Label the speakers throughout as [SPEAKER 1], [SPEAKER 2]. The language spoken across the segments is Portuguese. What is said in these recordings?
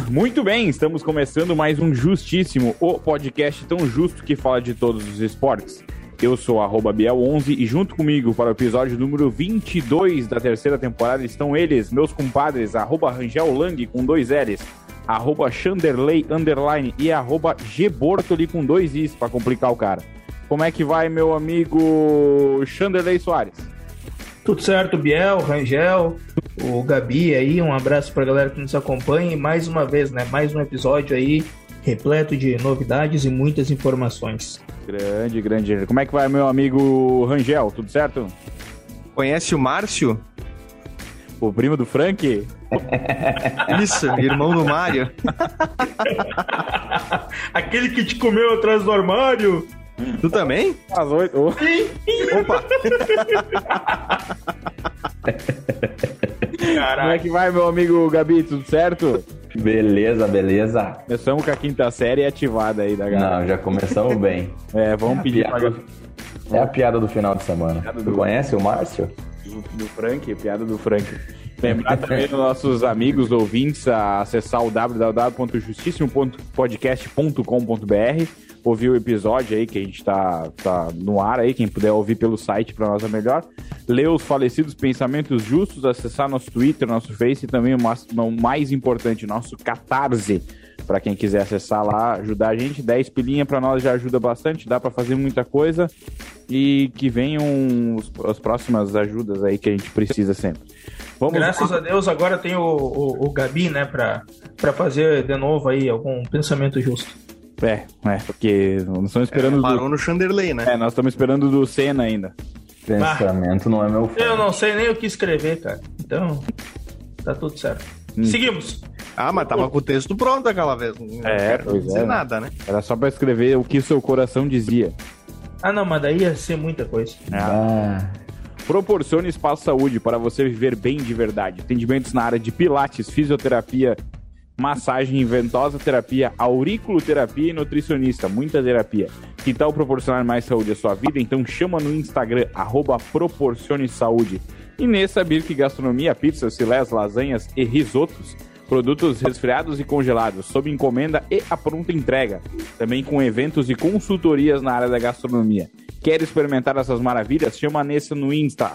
[SPEAKER 1] Muito bem, estamos começando mais um Justíssimo, o podcast tão justo que fala de todos os esportes. Eu sou @Biel11 e junto comigo para o episódio número 22 da terceira temporada estão eles, meus compadres, @RangelLang com 2 L's, @Chanderley_ e @Gbortoli com 2 I's para complicar o cara. Como é que vai, meu amigo Chanderley Soares?
[SPEAKER 2] Tudo certo, Biel, Rangel, o Gabi aí, um abraço pra galera que nos acompanha e mais uma vez, né, mais um episódio aí repleto de novidades e muitas informações.
[SPEAKER 1] Grande. Como é que vai, meu amigo Rangel? Tudo certo?
[SPEAKER 3] Conhece o Márcio?
[SPEAKER 1] O primo do Frank?
[SPEAKER 3] Isso, irmão do Mário.
[SPEAKER 2] Aquele que te comeu atrás do armário.
[SPEAKER 3] Tu também?
[SPEAKER 1] Às 8. Oh.
[SPEAKER 3] Opa!
[SPEAKER 1] Como é que vai, meu amigo Gabi? Tudo certo?
[SPEAKER 4] Beleza.
[SPEAKER 1] Começamos com a quinta série ativada aí da galera.
[SPEAKER 4] Não, já começamos bem.
[SPEAKER 1] Vamos pedir pra...
[SPEAKER 4] É a piada do final de semana. Tu conhece o Márcio?
[SPEAKER 1] Do Frank, piada do Frank. Lembrar também dos nossos amigos ouvintes a acessar o www.justissimo.podcast.com.br, ouvir o episódio aí que a gente tá no ar aí, quem puder ouvir pelo site para nós é melhor, ler os falecidos pensamentos justos, acessar nosso Twitter, nosso Face e também o mais importante, nosso Catarse, para quem quiser acessar lá, ajudar a gente. 10 pilinha para nós já ajuda bastante, dá para fazer muita coisa e que venham as próximas ajudas aí que a gente precisa sempre.
[SPEAKER 2] Graças a Deus agora tem o Gabi, né, pra fazer de novo aí algum pensamento justo.
[SPEAKER 1] Porque nós estamos esperando...
[SPEAKER 3] Parou no Chanderley, né?
[SPEAKER 1] Nós estamos esperando do Senna ainda.
[SPEAKER 4] Pensamento não é meu forte.
[SPEAKER 2] Eu não sei nem o que escrever, cara. Então, tá tudo certo. Seguimos.
[SPEAKER 3] Mas tava com o texto pronto aquela vez. Não quero dizer nada, né?
[SPEAKER 1] Era só pra escrever o que o seu coração dizia.
[SPEAKER 2] Não, mas daí ia ser muita coisa.
[SPEAKER 1] Proporcione espaço saúde para você viver bem de verdade. Atendimentos na área de pilates, fisioterapia, massagem, ventosa terapia, auriculoterapia e nutricionista. Muita terapia. Que tal proporcionar mais saúde à sua vida? Então chama no Instagram, @proporcionesaúde. E nessa Birk Gastronomia, pizzas, filés, lasanhas e risotos. Produtos resfriados e congelados, sob encomenda e a pronta entrega. Também com eventos e consultorias na área da gastronomia. Quer experimentar essas maravilhas? Chama a Nessa no Insta,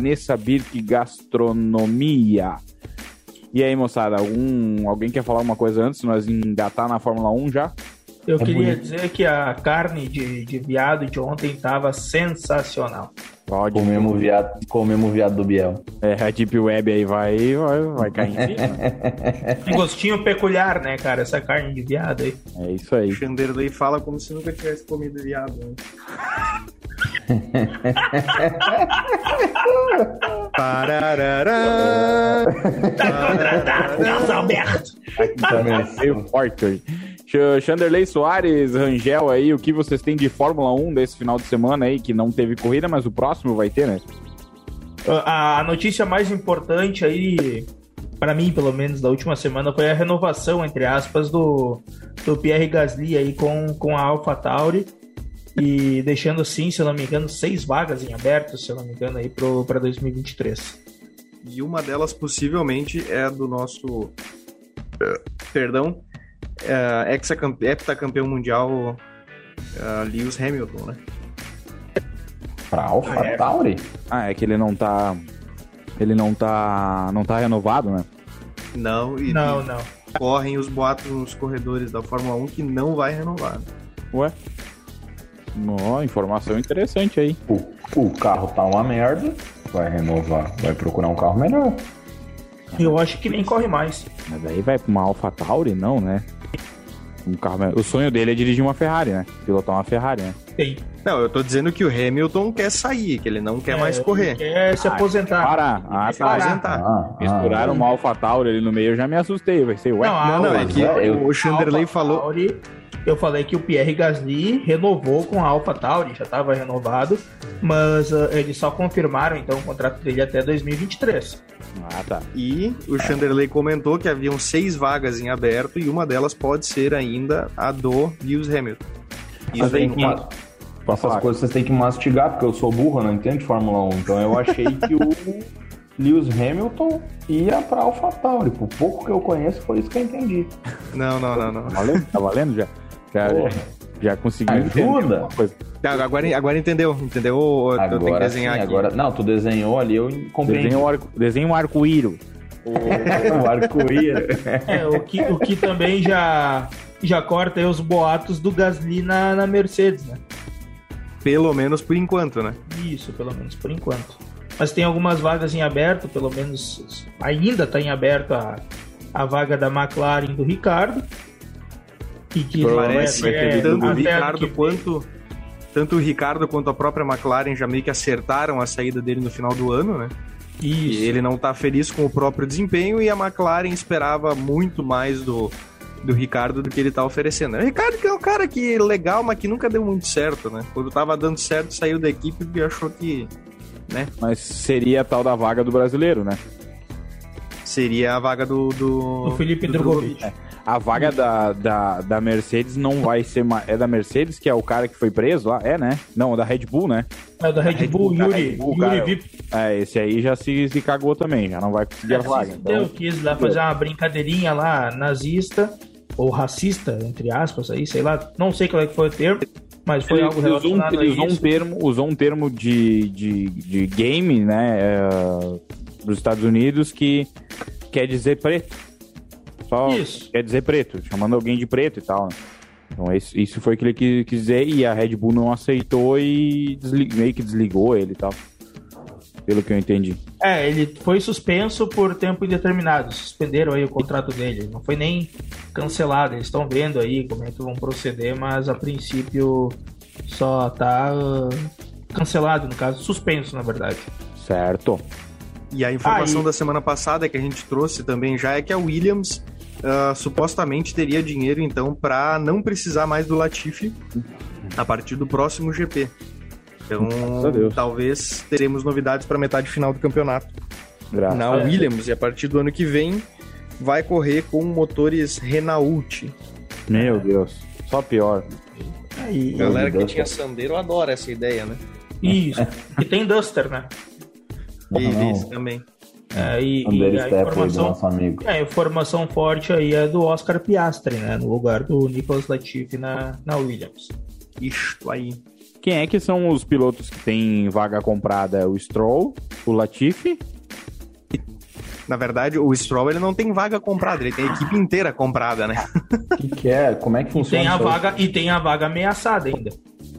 [SPEAKER 1] @NessaBirkGastronomia. E aí, moçada, alguém quer falar uma coisa antes? Nós engatar na Fórmula 1 já?
[SPEAKER 2] Eu queria dizer que a carne de viado de ontem tava sensacional.
[SPEAKER 4] Comemos viado do Biel.
[SPEAKER 1] A Deep Web aí vai cair em cima.
[SPEAKER 2] Um gostinho peculiar, né, cara? Essa carne de viado aí.
[SPEAKER 1] É isso aí.
[SPEAKER 3] O Chanderley fala como se nunca tivesse comido viado. Né?
[SPEAKER 2] Tá contratado, Alberto.
[SPEAKER 1] Meio forte hoje. Chanderley Soares, Rangel aí, o que vocês têm de Fórmula 1 desse final de semana aí, que não teve corrida, mas o próximo vai ter, né?
[SPEAKER 2] A notícia mais importante aí, para mim pelo menos, da última semana foi a renovação, entre aspas, do Pierre Gasly aí com a AlphaTauri e deixando assim, se eu não me engano, 6 vagas em aberto, se eu não me engano, aí para 2023.
[SPEAKER 3] E uma delas possivelmente é a do nosso heptacampeão mundial Lewis Hamilton, né?
[SPEAKER 4] Pra AlphaTauri?
[SPEAKER 1] É que ele não tá renovado, né?
[SPEAKER 3] Não. Correm os boatos nos corredores da Fórmula 1 que não vai renovar.
[SPEAKER 1] Ué? Informação interessante aí.
[SPEAKER 4] O carro tá uma merda, vai renovar, vai procurar um carro melhor.
[SPEAKER 2] Eu acho que nem corre mais.
[SPEAKER 1] Mas aí vai pra uma AlphaTauri, não, né? O sonho dele é dirigir uma Ferrari, né? Pilotar uma Ferrari, né?
[SPEAKER 2] Sim.
[SPEAKER 3] Não, eu tô dizendo que o Hamilton quer sair, que ele não quer mais correr.
[SPEAKER 2] Ele quer se aposentar.
[SPEAKER 1] Aposentar. Misturaram uma AlphaTauri ali no meio, eu já me assustei. Vai ser
[SPEAKER 3] Não, é que o Chanderley falou...
[SPEAKER 2] Eu falei que o Pierre Gasly renovou com a AlphaTauri, já estava renovado, mas eles só confirmaram então o contrato dele até 2023.
[SPEAKER 1] Tá.
[SPEAKER 3] E o Chanderley comentou que haviam 6 vagas em aberto e uma delas pode ser ainda a do Lewis Hamilton.
[SPEAKER 4] Isso aí, essas coisas vocês têm que mastigar, porque eu sou burro, eu não entendo de Fórmula 1, então eu achei que Lewis Hamilton ia pra AlphaTauri. Por pouco que eu conheço, foi isso que eu entendi.
[SPEAKER 3] Não.
[SPEAKER 1] Tá valendo já? Já conseguiu
[SPEAKER 4] Ajuda.
[SPEAKER 3] Agora entendeu? Ou eu tenho que desenhar
[SPEAKER 4] sim,
[SPEAKER 3] aqui?
[SPEAKER 4] Agora, não, tu desenhou ali, eu compreendi.
[SPEAKER 1] Desenha um arco-íris.
[SPEAKER 4] O arco-íris.
[SPEAKER 2] O que também já corta aí os boatos do Gasly na Mercedes, né?
[SPEAKER 3] Pelo menos por enquanto, né?
[SPEAKER 2] Isso, pelo menos por enquanto. Mas tem algumas vagas em aberto, pelo menos ainda está em aberto a vaga da McLaren do Ricardo. Que
[SPEAKER 3] parece que tanto o Ricardo
[SPEAKER 2] quanto
[SPEAKER 3] tanto o Ricardo quanto a própria McLaren já meio que acertaram a saída dele no final do ano, né?
[SPEAKER 2] Isso.
[SPEAKER 3] E ele não tá feliz com o próprio desempenho e a McLaren esperava muito mais do Ricardo do que ele tá oferecendo. O Ricardo que é um cara que legal, mas que nunca deu muito certo, né? Quando tava dando certo, saiu da equipe e achou que, né?
[SPEAKER 1] Mas seria a tal da vaga do brasileiro, né?
[SPEAKER 3] Seria a vaga do
[SPEAKER 2] Felipe Drogovic.
[SPEAKER 1] A vaga da Mercedes não vai ser... É da Mercedes, que é o cara que foi preso lá? É, né? Não, da Red Bull, né?
[SPEAKER 2] É da Red Bull, Yuri Vips.
[SPEAKER 1] Esse aí já se cagou também, já não vai conseguir a vaga.
[SPEAKER 2] Então... quis lá fazer uma brincadeirinha lá, nazista, ou racista, entre aspas, aí, sei lá, não sei qual é que foi o termo, mas foi algo relacionado a isso.
[SPEAKER 1] Usou um termo de game, né, dos Estados Unidos, que quer dizer preto. Só
[SPEAKER 2] isso.
[SPEAKER 1] Quer dizer preto, chamando alguém de preto e tal, né? Então isso foi o que ele quis dizer, e a Red Bull não aceitou e meio que desligou ele e tal. Pelo que eu entendi.
[SPEAKER 2] Ele foi suspenso por tempo indeterminado. Suspenderam aí o contrato dele. Não foi nem cancelado. Eles estão vendo aí como é que vão proceder, mas a princípio só tá cancelado, no caso, suspenso, na verdade.
[SPEAKER 1] Certo.
[SPEAKER 3] E a informação da semana passada que a gente trouxe também já é que a Williams supostamente teria dinheiro, então, para não precisar mais do Latifi a partir do próximo GP. Então, talvez teremos novidades para metade final do campeonato. Na Williams, e a partir do ano que vem, vai correr com motores Renault.
[SPEAKER 1] Meu Deus, só pior.
[SPEAKER 3] A galera que tinha Sandero adora essa ideia, né?
[SPEAKER 2] Isso, e tem Duster, né?
[SPEAKER 3] Isso também.
[SPEAKER 2] E a informação forte aí é do Oscar Piastri, né? No lugar do Nicolas Latifi na Williams.
[SPEAKER 3] Isto aí.
[SPEAKER 1] Quem é que são os pilotos que têm vaga comprada? O Stroll, o Latifi?
[SPEAKER 3] Na verdade, o Stroll ele não tem vaga comprada, ele tem a equipe inteira comprada, né?
[SPEAKER 4] Que é? Como é que funciona
[SPEAKER 2] e tem a vaga ameaçada ainda.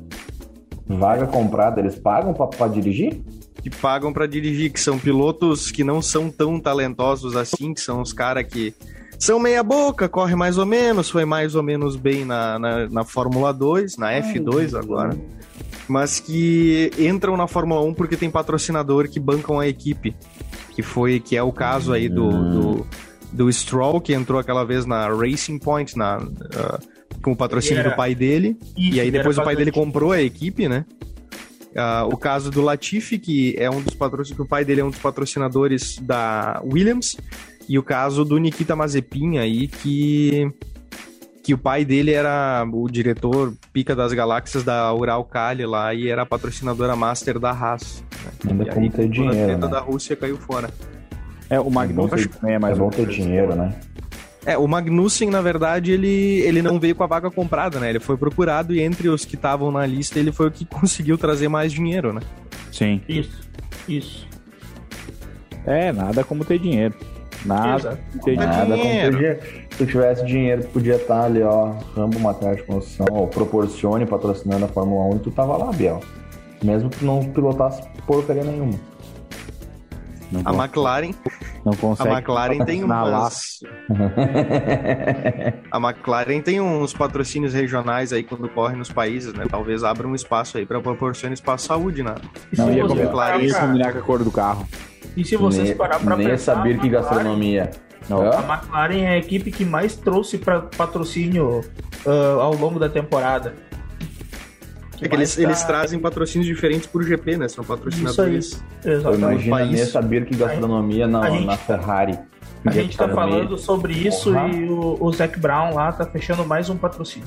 [SPEAKER 4] Vaga comprada, eles pagam pra dirigir?
[SPEAKER 3] Que pagam pra dirigir, que são pilotos que não são tão talentosos assim, que são os caras que são meia boca, corre mais ou menos, foi mais ou menos bem na Fórmula 2, na F2 agora, mas que entram na Fórmula 1 porque tem patrocinador que bancam a equipe, que é o caso aí do Stroll, que entrou aquela vez na Racing Point, com o patrocínio do pai dele, e aí depois o pai dele comprou a equipe, né? O caso do Latifi, que é um dos patrocinadores, o pai dele é um dos patrocinadores da Williams, e o caso do Nikita Mazepin aí, que o pai dele era o diretor pica das galáxias da Uralkali lá, e era a patrocinadora master da Haas, né?
[SPEAKER 4] Ainda como ter dinheiro, a treta
[SPEAKER 3] da Rússia caiu fora.
[SPEAKER 1] O Magnussen também é mais
[SPEAKER 4] bom ter dinheiro, né?
[SPEAKER 3] O Magnussen, na verdade, ele não veio com a vaga comprada, né? Ele foi procurado e entre os que estavam na lista, ele foi o que conseguiu trazer mais dinheiro, né?
[SPEAKER 1] Sim.
[SPEAKER 2] Isso.
[SPEAKER 1] Nada como ter dinheiro. Nada como ter
[SPEAKER 4] dinheiro. Se tu tivesse dinheiro, podia estar ali, ó, Rambo Material de Construção, ou Proporcione patrocinando a Fórmula 1 e tu tava lá, Biel. Mesmo que não pilotasse porcaria nenhuma.
[SPEAKER 3] A McLaren
[SPEAKER 1] não consegue.
[SPEAKER 3] A McLaren tem umas. A McLaren tem uns patrocínios regionais aí quando corre nos países, né? Talvez abra um espaço aí para proporcionar espaço saúde, né?
[SPEAKER 1] Não ia combinar com a cor do carro.
[SPEAKER 2] E se vocês parar para
[SPEAKER 4] pensar, saber que gastronomia.
[SPEAKER 2] A McLaren é a equipe que mais trouxe para patrocínio ao longo da temporada.
[SPEAKER 3] Que eles trazem patrocínios diferentes por GP, né? São patrocinadores.
[SPEAKER 2] Isso aí. Exatamente.
[SPEAKER 4] Imagina saber que gastronomia na Ferrari.
[SPEAKER 2] A gente tá falando sobre isso e o Zac Brown lá tá fechando mais um patrocínio.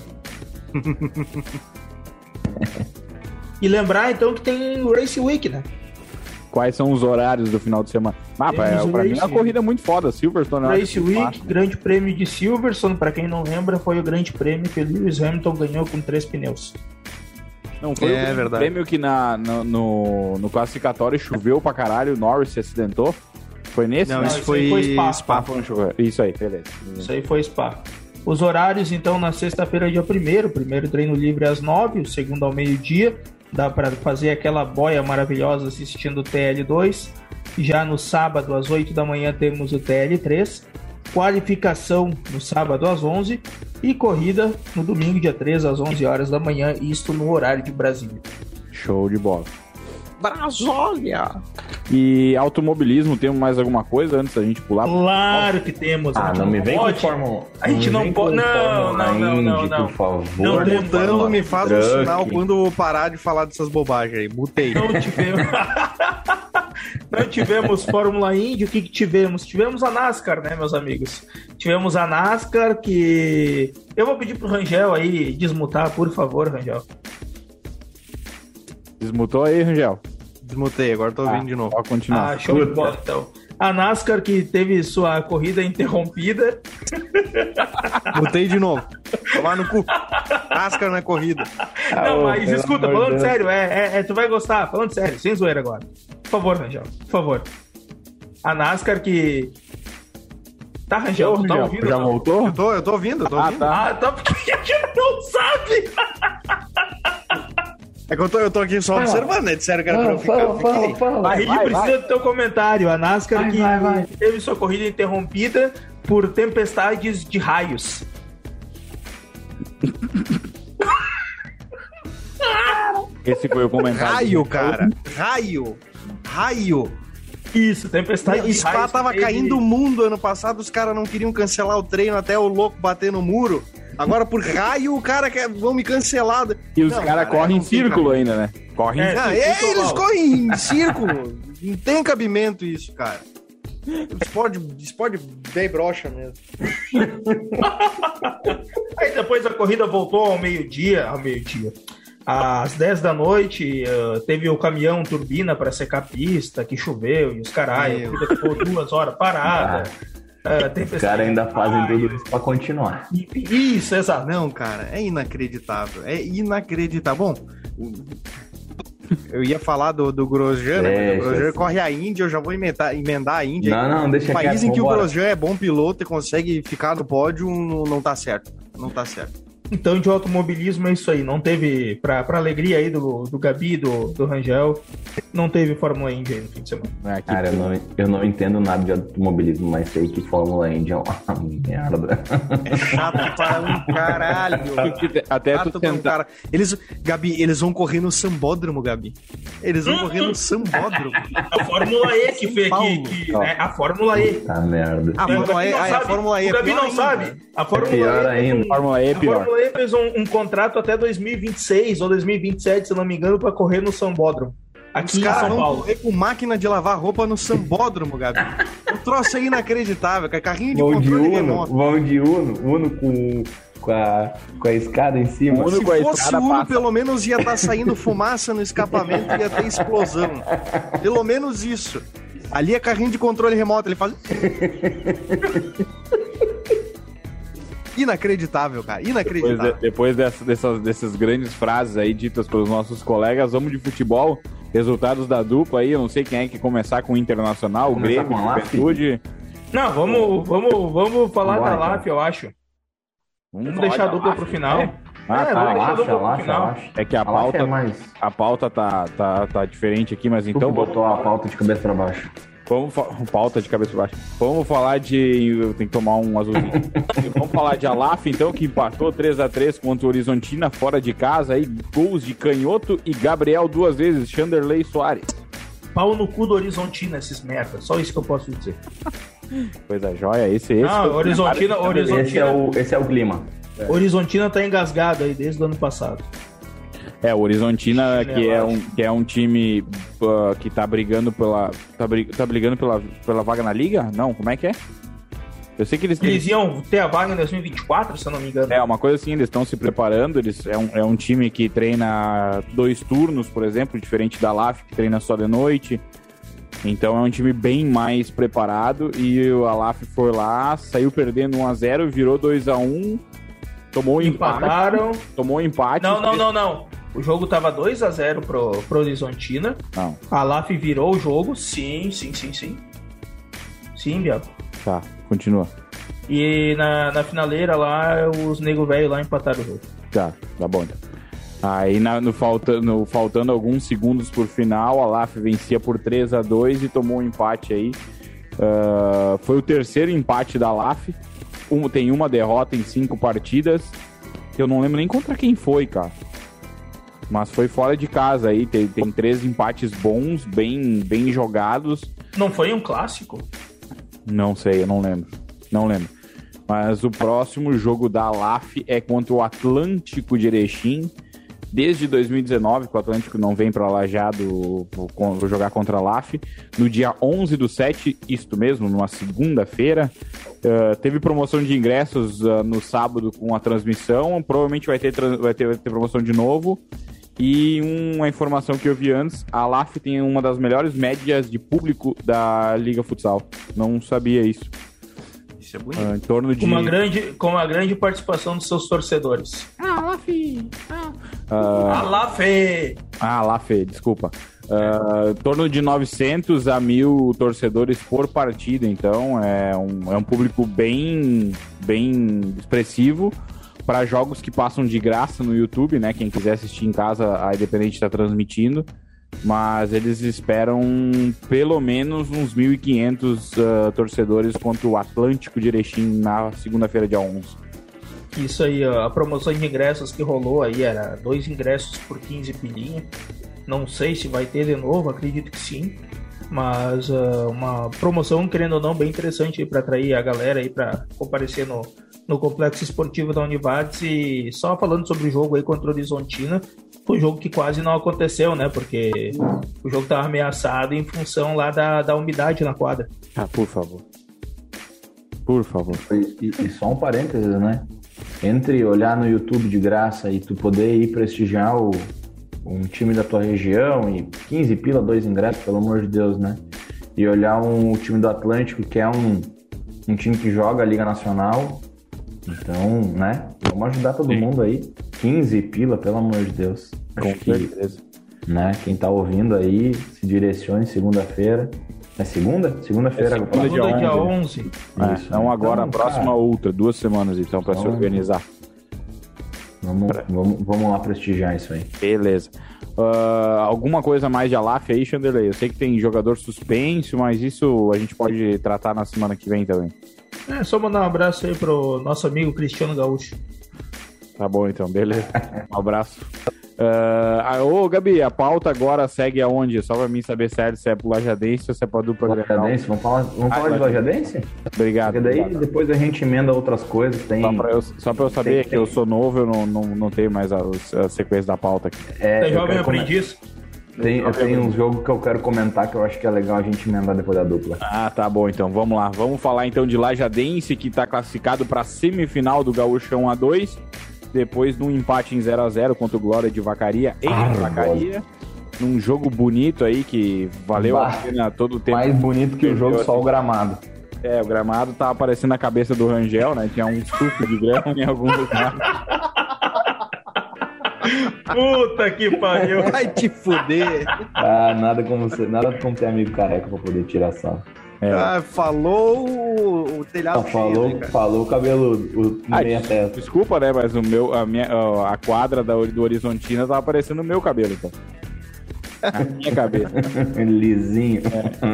[SPEAKER 2] E lembrar então que tem Race Week, né?
[SPEAKER 1] Quais são os horários do final de semana? Pra mim é uma corrida muito foda. Silverstone.
[SPEAKER 2] Race Week, Grande Prêmio de Silverstone, pra quem não lembra, foi o grande prêmio que o Lewis Hamilton ganhou com 3 pneus.
[SPEAKER 1] Não, foi o prêmio que no classificatório choveu pra caralho, o Norris se acidentou. Foi nesse?
[SPEAKER 2] Não, isso foi Spa.
[SPEAKER 1] Isso aí, beleza.
[SPEAKER 2] Isso aí foi Spa. Os horários, então, na sexta-feira, dia 1º, primeiro treino livre às 9, o segundo ao meio-dia. Dá para fazer aquela boia maravilhosa assistindo o TL2. Já no sábado, às 8 da manhã, temos o TL3. Qualificação no sábado às 11. E corrida no domingo, dia 3, às 11 horas da manhã. Isto no horário de Brasília.
[SPEAKER 1] Show de bola.
[SPEAKER 3] Brasília!
[SPEAKER 1] E automobilismo, temos mais alguma coisa antes da gente pular?
[SPEAKER 2] Claro que temos.
[SPEAKER 4] Não me vem com Fórmula.
[SPEAKER 2] A gente não pode. Não.
[SPEAKER 4] Por favor.
[SPEAKER 3] Não mutando, me faz um sinal quando parar de falar dessas bobagens aí. Mutei.
[SPEAKER 2] Não tivemos Fórmula Indy. O que tivemos? Tivemos a NASCAR, né, meus amigos? Tivemos a NASCAR que... Eu vou pedir pro Rangel aí desmutar, por favor, Rangel.
[SPEAKER 1] Desmutou aí, Rangel?
[SPEAKER 3] Desmutei, agora tô ouvindo de novo.
[SPEAKER 1] Pode continuar.
[SPEAKER 2] Show de bola, então. A NASCAR que teve sua corrida interrompida.
[SPEAKER 3] Mutei de novo. Tomar no cu. NASCAR não é corrida.
[SPEAKER 2] Não, mas escuta, falando sério, tu vai gostar. Falando sério, sem zoeira agora. Por favor, Rangel, por favor. A NASCAR que... Tá, Rangel, tu tá ouvindo?
[SPEAKER 1] Já voltou?
[SPEAKER 3] Eu tô ouvindo,
[SPEAKER 2] Tá, porque a gente não sabe.
[SPEAKER 3] É que eu tô aqui só observando, né? Disseram que era pra eu ficar.
[SPEAKER 4] Fala.
[SPEAKER 2] A gente precisa do teu comentário. A NASCAR que teve sua corrida interrompida por tempestades de raios.
[SPEAKER 1] Esse foi o comentário.
[SPEAKER 3] Raio, cara. Raio.
[SPEAKER 2] Isso, tempestade de
[SPEAKER 3] Spa
[SPEAKER 2] raios.
[SPEAKER 3] tava caindo o mundo ano passado, os caras não queriam cancelar o treino até o louco bater no muro. Agora, por raio, o cara vão me cancelar.
[SPEAKER 1] E os caras correm em círculo ainda, né? Correm
[SPEAKER 3] eles correm em círculo. Não tem cabimento isso, cara. Esporte bem broxa mesmo.
[SPEAKER 2] Aí depois a corrida voltou ao meio-dia. Às 10 da noite, teve o caminhão turbina para secar a pista, que choveu e os caralho. A corrida ficou 2 horas parada.
[SPEAKER 4] Os caras ainda fazem tudo isso pra continuar.
[SPEAKER 2] Isso, exato.
[SPEAKER 3] Não, cara, é inacreditável. Bom, eu ia falar do Grosjean, né? Mas o Grosjean corre a Índia, eu já vou emendar a Índia.
[SPEAKER 4] Não, deixa quieto.
[SPEAKER 3] O país em que o Grosjean é bom piloto e consegue ficar no pódio, não tá certo.
[SPEAKER 2] Então, de automobilismo é isso aí. Não teve, pra alegria aí do Gabi, do Rangel, não teve Fórmula Indy aí no fim de semana.
[SPEAKER 4] Cara, eu não entendo nada de automobilismo, mas sei que Fórmula Indy é uma merda.
[SPEAKER 3] É chato para um caralho.
[SPEAKER 1] Até tu tentar.
[SPEAKER 3] Gabi, eles vão correr no Sambódromo, Gabi. Eles vão correr no Sambódromo.
[SPEAKER 2] A Fórmula E que fez aqui, né? A Fórmula E.
[SPEAKER 4] Tá merda.
[SPEAKER 3] A Fórmula E.
[SPEAKER 2] O Gabi não sabe. A Fórmula
[SPEAKER 4] pior ainda.
[SPEAKER 1] Fórmula E é pior.
[SPEAKER 2] A Fórmula E fez um contrato até 2026 ou 2027, se não me engano, para correr no Sambódromo. Aqui em São Paulo.
[SPEAKER 3] Correr com máquina de lavar roupa no Sambódromo, Gabi. O troço é inacreditável, cara. Carrinho de controle remoto.
[SPEAKER 4] Vão de Uno com a escada em cima.
[SPEAKER 3] Se fosse Uno, pelo menos ia estar saindo fumaça no escapamento e ia ter explosão. Pelo menos isso. Ali é carrinho de controle remoto, ele faz... Inacreditável, cara. Inacreditável.
[SPEAKER 1] Depois dessas grandes frases aí ditas pelos nossos colegas, vamos de futebol. Resultados da dupla aí, eu não sei quem é que começar com o Internacional, o Grêmio, Juventude.
[SPEAKER 2] Não, vamos falar da LAF, eu acho. Vamos deixar a dupla pro final.
[SPEAKER 1] É que a pauta tá diferente aqui, mas então...
[SPEAKER 4] botou a pauta de cabeça pra baixo.
[SPEAKER 1] Pauta de cabeça pra baixo. Vamos falar de... Eu tenho que tomar um azulzinho. Vamos falar de Alaf, então, que empatou 3-3 contra o Horizontina fora de casa. Aí, gols de Canhoto e Gabriel 2 vezes. Chanderley Soares.
[SPEAKER 2] Pau no cu do Horizontina, esses merda. Só isso que eu posso dizer.
[SPEAKER 1] Coisa joia. Esse
[SPEAKER 2] Horizontina...
[SPEAKER 4] Esse é o clima.
[SPEAKER 2] Horizontina tá engasgado aí desde o ano passado.
[SPEAKER 1] O Horizontina, que é um time que tá brigando pela vaga na Liga? Não, como é que é? Eu sei que eles
[SPEAKER 2] iam ter a vaga em 2024, se eu não me engano.
[SPEAKER 1] Uma coisa assim, eles estão se preparando, é um time que treina 2 turnos, por exemplo, diferente da LAF, que treina só de noite. Então é um time bem mais preparado e o Alaf foi lá, saiu perdendo 1-0, virou 2-1, tomou um
[SPEAKER 2] Empataram.
[SPEAKER 1] Tomou um empate.
[SPEAKER 2] Não. O jogo tava 2-0 pro Horizontina.
[SPEAKER 1] Não.
[SPEAKER 2] A Alaf virou o jogo. Sim. Sim, Biel.
[SPEAKER 1] Tá, continua.
[SPEAKER 2] E na finaleira lá, os nego velho lá empataram o jogo.
[SPEAKER 1] Tá bom então. Aí faltando alguns segundos por final, a Alaf vencia por 3-2 e tomou um empate aí. Foi o terceiro empate da Alaf. Tem uma derrota em 5 partidas. Eu não lembro nem contra quem foi, cara. Mas foi fora de casa aí. Tem 3 empates bons, bem jogados.
[SPEAKER 2] Não foi um clássico?
[SPEAKER 1] Não sei, eu não lembro. Mas o próximo jogo da Alaf é contra o Atlântico de Erechim. Desde 2019, que o Atlântico não vem para Lajeado jogar contra a Alaf. No dia 11/7, isto mesmo, numa segunda-feira. Teve promoção de ingressos no sábado com a transmissão. Provavelmente vai ter promoção de novo. E uma informação que eu vi antes, a Alaf tem uma das melhores médias de público da Liga Futsal. Não sabia isso.
[SPEAKER 3] Isso é bonito.
[SPEAKER 1] Em torno de...
[SPEAKER 2] Com uma grande participação dos seus torcedores.
[SPEAKER 1] Alaf, desculpa. Em torno de 900 a 1.000 torcedores por partida, então é um público bem expressivo para jogos que passam de graça no YouTube, né? Quem quiser assistir em casa, a Independente está transmitindo, mas eles esperam pelo menos uns 1.500 torcedores contra o Atlântico de Erechim na segunda-feira, dia 11.
[SPEAKER 2] Isso aí, a promoção de ingressos que rolou aí era 2 ingressos por 15 pilinha. Não sei se vai ter de novo, acredito que sim. Mas uma promoção, querendo ou não, bem interessante para atrair a galera aí para comparecer no complexo esportivo da Univates. E só falando sobre o jogo aí contra o Horizontina, foi um jogo que quase não aconteceu, né? Porque o jogo estava ameaçado em função lá da umidade na quadra.
[SPEAKER 1] Por favor. Por favor.
[SPEAKER 4] E só um parênteses, né? Entre olhar no YouTube de graça e tu poder ir prestigiar um time da tua região e 15 pila, 2 ingressos, pelo amor de Deus, né? E olhar o time do Atlântico, que é um time que joga a Liga Nacional. Então, né? Vamos ajudar todo mundo aí. 15 pila, pelo amor de Deus.
[SPEAKER 1] Com certeza.
[SPEAKER 4] Né? Quem tá ouvindo aí, se direcione segunda-feira. É segunda? Segunda-feira.
[SPEAKER 2] Dia 11.
[SPEAKER 1] Então agora, a próxima outra, 2 semanas então, para se organizar.
[SPEAKER 4] Vamos lá prestigiar isso aí.
[SPEAKER 1] Beleza. Alguma coisa mais de Alaf aí, Chanderley? Eu sei que tem jogador suspenso, mas isso a gente pode tratar na semana que vem também.
[SPEAKER 2] Só mandar um abraço aí pro nosso amigo Cristiano Gaúcho.
[SPEAKER 1] Tá bom então, beleza. Um abraço. Ô, Gabi, a pauta agora segue aonde? Só pra mim saber se é pro Lajadense ou se é pra dupla Grenal.
[SPEAKER 4] Lajadense, vamos falar de Lajadense?
[SPEAKER 1] Obrigado.
[SPEAKER 4] Porque daí
[SPEAKER 1] obrigado.
[SPEAKER 4] Depois a gente emenda outras coisas.
[SPEAKER 1] Só pra eu saber que eu sou novo, eu não tenho mais a sequência da pauta aqui.
[SPEAKER 2] Você jovem aprendiz?
[SPEAKER 4] Tem um jogo que eu quero comentar que eu acho que é legal a gente emendar depois da dupla.
[SPEAKER 1] Tá bom, então vamos lá. Vamos falar então de Lajadense, que tá classificado pra semifinal do Gaúchão A2. Depois de um empate em 0-0 contra o Glória de Vacaria em Vacaria. Num jogo bonito aí que valeu a pena todo o tempo.
[SPEAKER 4] Mais bonito que o jogo, só o gramado.
[SPEAKER 1] O gramado tá aparecendo na cabeça do Rangel, né? Tinha um suco de grama em algum lugar.
[SPEAKER 2] Puta que pariu.
[SPEAKER 3] Vai te fuder.
[SPEAKER 4] Nada como ter amigo careca pra poder tirar sal.
[SPEAKER 3] Falou o telhado cheio,
[SPEAKER 4] falou o cabeludo, meia testa.
[SPEAKER 1] Desculpa, né, mas a quadra do Horizontina tava parecendo o meu cabelo, então. A minha cabeça.
[SPEAKER 4] Lisinho.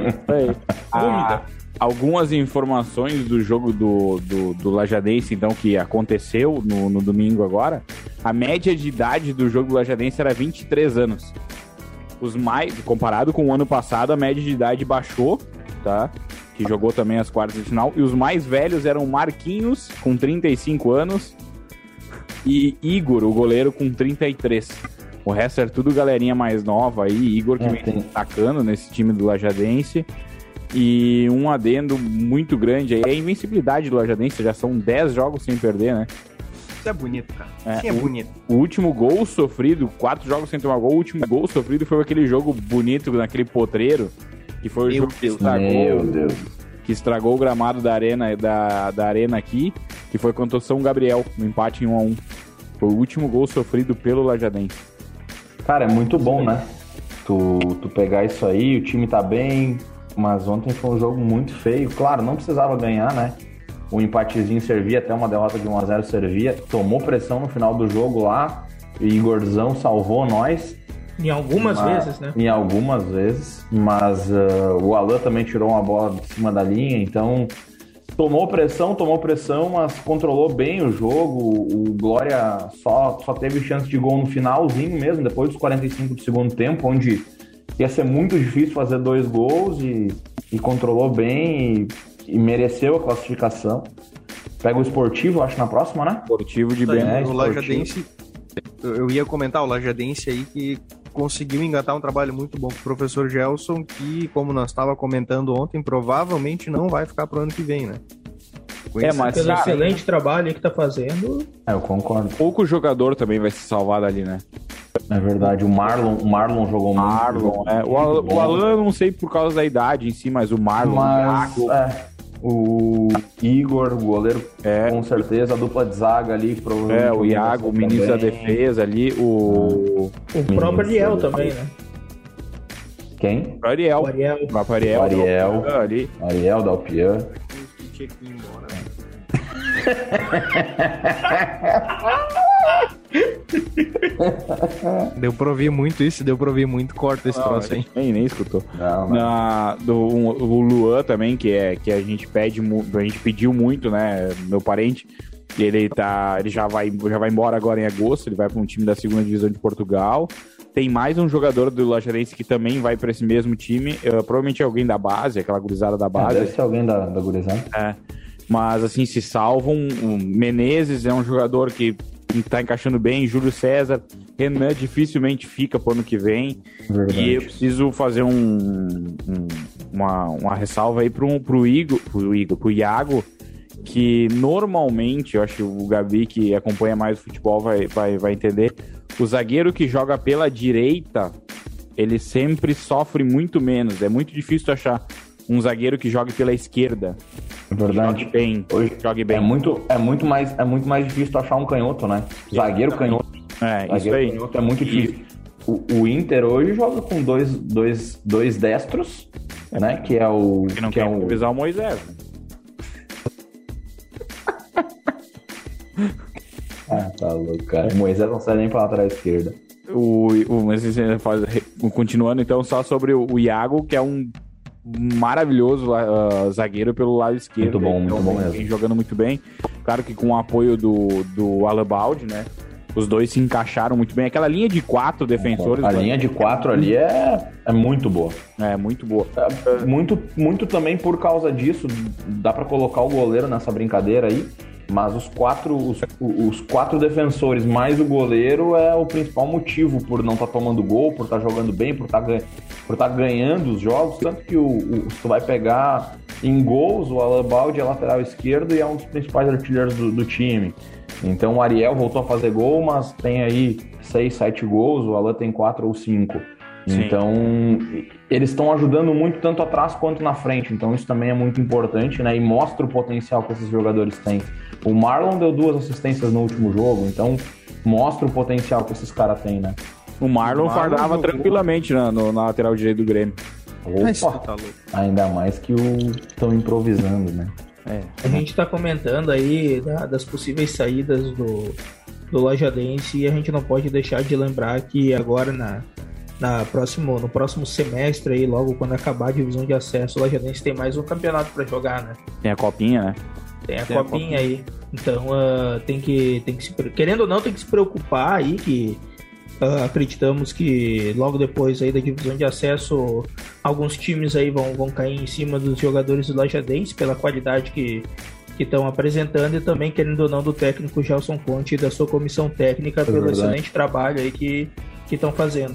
[SPEAKER 1] Algumas informações do jogo do Lajadense, então, que aconteceu no domingo agora. A média de idade do jogo do Lajadense era 23 anos. Comparado com o ano passado, a média de idade baixou, tá? Que jogou também as quartas de final. E os mais velhos eram Marquinhos, com 35 anos, e Igor, o goleiro, com 33. O resto era tudo galerinha mais nova aí. Igor que vem destacando nesse time do Lajadense. E um adendo muito grande aí é a invencibilidade do Lajadense. Já são 10 jogos sem perder, né?
[SPEAKER 3] Isso é bonito, cara. Isso é bonito.
[SPEAKER 1] O último gol sofrido, 4 jogos sem tomar gol, o último gol sofrido foi aquele jogo bonito naquele potreiro, que foi o jogo que estragou o gramado da arena aqui, que foi contra o São Gabriel, no empate em 1-1. Foi o último gol sofrido pelo Lajadense.
[SPEAKER 4] Cara, é muito bom, né? Tu pegar isso aí, o time tá bem, mas ontem foi um jogo muito feio. Claro, não precisava ganhar, né? O empatezinho servia, até uma derrota de 1-0 servia. Tomou pressão no final do jogo lá, e Igorzão salvou nós.
[SPEAKER 2] Em algumas vezes, né?
[SPEAKER 4] Em algumas vezes, mas o Alan também tirou uma bola de cima da linha, então tomou pressão, mas controlou bem o jogo. O Glória só teve chance de gol no finalzinho mesmo, depois dos 45 do segundo tempo, onde ia ser muito difícil fazer 2 gols e controlou bem e mereceu a classificação. Pega o Esportivo, acho, na próxima, né?
[SPEAKER 1] Esportivo de bem.
[SPEAKER 3] O Lajadense, eu ia comentar, o Lajadense aí que conseguiu engatar um trabalho muito bom com o professor Gelson, que, como nós estávamos comentando ontem, provavelmente não vai ficar pro ano que vem, né?
[SPEAKER 2] Mas pelo excelente trabalho que tá fazendo.
[SPEAKER 4] Eu concordo.
[SPEAKER 1] Pouco jogador também vai se salvar dali, né?
[SPEAKER 4] É verdade, o Marlon jogou muito.
[SPEAKER 1] O Alan, não sei por causa da idade em si, mas o Marlon,
[SPEAKER 4] o Igor, o goleiro, com certeza, a dupla de zaga ali, provavelmente.
[SPEAKER 1] O Iago, o ministro da defesa ali, o
[SPEAKER 2] próprio Ariel também, né?
[SPEAKER 4] Quem?
[SPEAKER 1] O Ariel.
[SPEAKER 2] O
[SPEAKER 1] próprio Ariel.
[SPEAKER 4] Ariel, Dalpian.
[SPEAKER 3] Deu pra ouvir muito isso, corta esse troço aí.
[SPEAKER 1] Nem escutou. O Luan também, que a gente pediu muito, né? Meu parente. Ele já vai embora agora em agosto, ele vai para um time da 2ª divisão de Portugal. Tem mais um jogador do Lajadense que também vai para esse mesmo time, provavelmente alguém da base, aquela gurizada da base.
[SPEAKER 4] Deve ser alguém da gurizada.
[SPEAKER 1] Mas assim, se salvam. O Menezes é um jogador que tá encaixando bem, Júlio César, Renan dificilmente fica pro ano que vem.
[SPEAKER 4] Verdade.
[SPEAKER 1] E eu preciso fazer uma ressalva aí pro Iago, que normalmente, eu acho que o Gabi, que acompanha mais o futebol, vai entender, o zagueiro que joga pela direita, ele sempre sofre muito menos. É muito difícil tu achar um zagueiro que jogue pela esquerda.
[SPEAKER 4] É verdade.
[SPEAKER 1] Jogue bem.
[SPEAKER 4] É muito mais difícil tu achar um canhoto, né? Zagueiro canhoto.
[SPEAKER 1] Isso aí.
[SPEAKER 4] Canhoto é muito difícil. O Inter hoje joga com dois destros, né? Que é o...
[SPEAKER 1] Que não quer improvisar o Moisés.
[SPEAKER 4] Tá louco, cara. O Moisés não sai nem pra lateral esquerda.
[SPEAKER 1] Continuando então só sobre o Iago, que é um maravilhoso zagueiro pelo lado esquerdo.
[SPEAKER 4] Muito bom mesmo.
[SPEAKER 1] Vem jogando muito bem. Claro que com o apoio do Alabaldi, né? Os dois se encaixaram muito bem. Aquela linha de 4 defensores...
[SPEAKER 4] A linha de 4 ali é muito boa.
[SPEAKER 1] É, muito boa.
[SPEAKER 4] Muito também por causa disso. Dá pra colocar o goleiro nessa brincadeira aí. Mas os quatro defensores mais o goleiro é o principal motivo por não estar tomando gol, por estar jogando bem, por estar ganhando os jogos. Tanto que se tu vai pegar em gols, o Alabaldi é lateral esquerdo e é um dos principais artilheiros do time. Então o Ariel voltou a fazer gol, mas tem aí 6, 7 gols, o Alan tem 4 ou 5. Sim. Então eles estão ajudando muito tanto atrás quanto na frente. Então isso também é muito importante, né? E mostra o potencial que esses jogadores têm. O Marlon deu 2 assistências no último jogo, então mostra o potencial que esses caras têm, né?
[SPEAKER 1] O Marlon fardava tranquilamente na lateral direito do Grêmio.
[SPEAKER 4] Opa, tá louco. Ainda mais que estão improvisando, né?
[SPEAKER 2] A gente tá comentando aí das possíveis saídas do Lajadense, e a gente não pode deixar de lembrar que agora no próximo semestre aí, logo quando acabar a divisão de acesso, o Lajadense tem mais um campeonato para jogar, né?
[SPEAKER 1] Tem a copinha, né?
[SPEAKER 2] Tem a copinha aí. Então tem que se, querendo ou não, tem que se preocupar aí, que acreditamos que logo depois aí da divisão de acesso, alguns times aí vão cair em cima dos jogadores do Lajadense pela qualidade que estão apresentando, e também, querendo ou não, do técnico Gelson Conte e da sua comissão técnica pelo excelente trabalho aí que estão fazendo.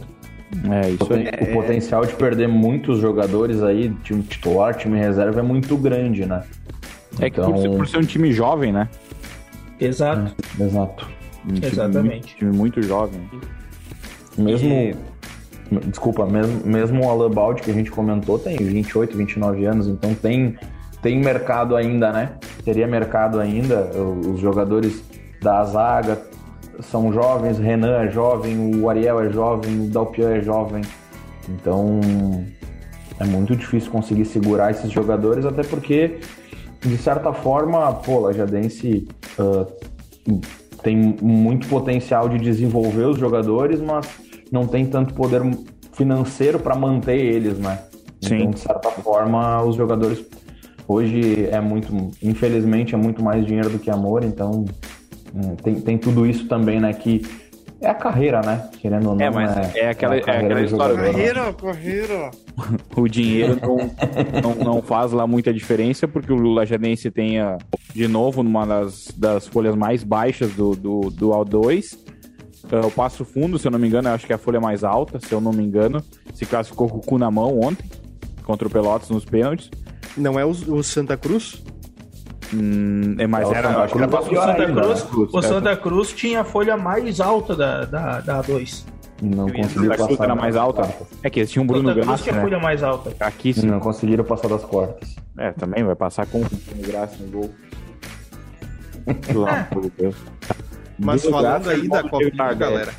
[SPEAKER 4] O potencial de perder muitos jogadores aí, time titular, time reserva, é muito grande, né?
[SPEAKER 1] Então... que por ser um time jovem, né?
[SPEAKER 2] Exato.
[SPEAKER 4] Exato.
[SPEAKER 2] Exatamente.
[SPEAKER 1] Time muito jovem.
[SPEAKER 4] Desculpa, mesmo o Alan Baldi que a gente comentou tem 28, 29 anos, então tem mercado ainda, né? Teria mercado ainda. Os jogadores da zaga são jovens, Renan é jovem, o Ariel é jovem, o Dalpian é jovem. Então é muito difícil conseguir segurar esses jogadores, até porque, de certa forma, o Lajadense tem muito potencial de desenvolver os jogadores, mas não tem tanto poder financeiro para manter eles, né?
[SPEAKER 1] Sim.
[SPEAKER 4] Então, de certa forma, os jogadores hoje infelizmente, é muito mais dinheiro do que amor, então tem tudo isso também, né? Que é a carreira, né? Querendo ou não.
[SPEAKER 1] Mas é aquela história.
[SPEAKER 3] Carreira!
[SPEAKER 1] O dinheiro não faz lá muita diferença, porque o Lajadense tem, de novo, uma das folhas mais baixas do A2. O Passo Fundo, se eu não me engano, eu acho que é a folha mais alta, se eu não me engano. Se classificou com o cu na mão ontem, contra o Pelotas nos pênaltis.
[SPEAKER 3] Não é o Santa Cruz?
[SPEAKER 1] Mas era
[SPEAKER 2] o Santa Cruz tinha a folha mais alta da A2.
[SPEAKER 4] Não conseguiu passar.
[SPEAKER 1] Era mais alta. É que eles tinham o Bruno Graça,
[SPEAKER 2] tinha a folha mais alta.
[SPEAKER 1] Aqui
[SPEAKER 4] não conseguiram passar das quartas.
[SPEAKER 1] Também vai passar com o Bruno Graça no gol. Pelo amor de Deus.
[SPEAKER 3] Mas falando aí da Copinha, galera.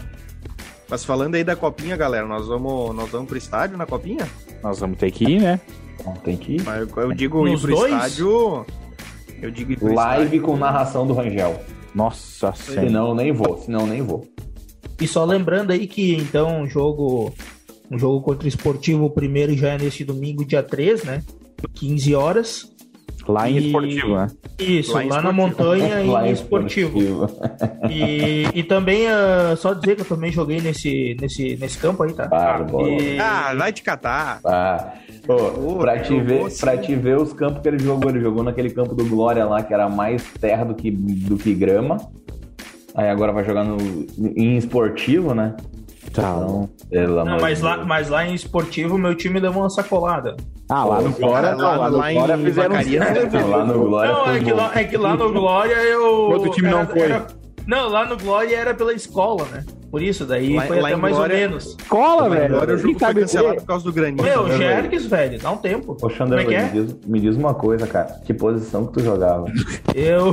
[SPEAKER 3] Nós vamos pro estádio na Copinha?
[SPEAKER 1] Nós vamos ter que ir, né?
[SPEAKER 4] Tem que ir.
[SPEAKER 3] Mas eu digo ir pro estádio. Eu digo ir pro
[SPEAKER 4] live
[SPEAKER 3] estádio.
[SPEAKER 4] Com narração do Rangel.
[SPEAKER 1] Nossa Senhora.
[SPEAKER 4] Senão nem vou.
[SPEAKER 2] E só lembrando aí que, então, um jogo contra o Esportivo, o primeiro já é nesse domingo, dia 3, né? 15 horas.
[SPEAKER 1] Lá em Esportivo, né?
[SPEAKER 2] Isso, lá na montanha e em Esportivo. E também, só dizer que eu também joguei nesse campo aí, tá?
[SPEAKER 3] Vai te catar.
[SPEAKER 4] Pra te ver os campos que ele jogou naquele campo do Glória lá, que era mais terra do que grama. Aí agora vai jogar em Esportivo, né?
[SPEAKER 1] Então,
[SPEAKER 2] mas lá em Esportivo, meu time levou uma sacolada.
[SPEAKER 1] Lá no Glória, lá em
[SPEAKER 4] fizeram lá no Glória.
[SPEAKER 2] Não, é que lá no Glória
[SPEAKER 1] outro time não foi.
[SPEAKER 2] Lá no Glória era pela escola, né? Por isso, daí foi até mais ou menos.
[SPEAKER 1] Escola, velho.
[SPEAKER 3] Agora o jogo foi cancelado por causa do granizo.
[SPEAKER 2] Jergues, velho, dá um tempo.
[SPEAKER 4] Ô, Xander, me diz uma coisa, cara. Que posição que tu jogava?
[SPEAKER 2] Eu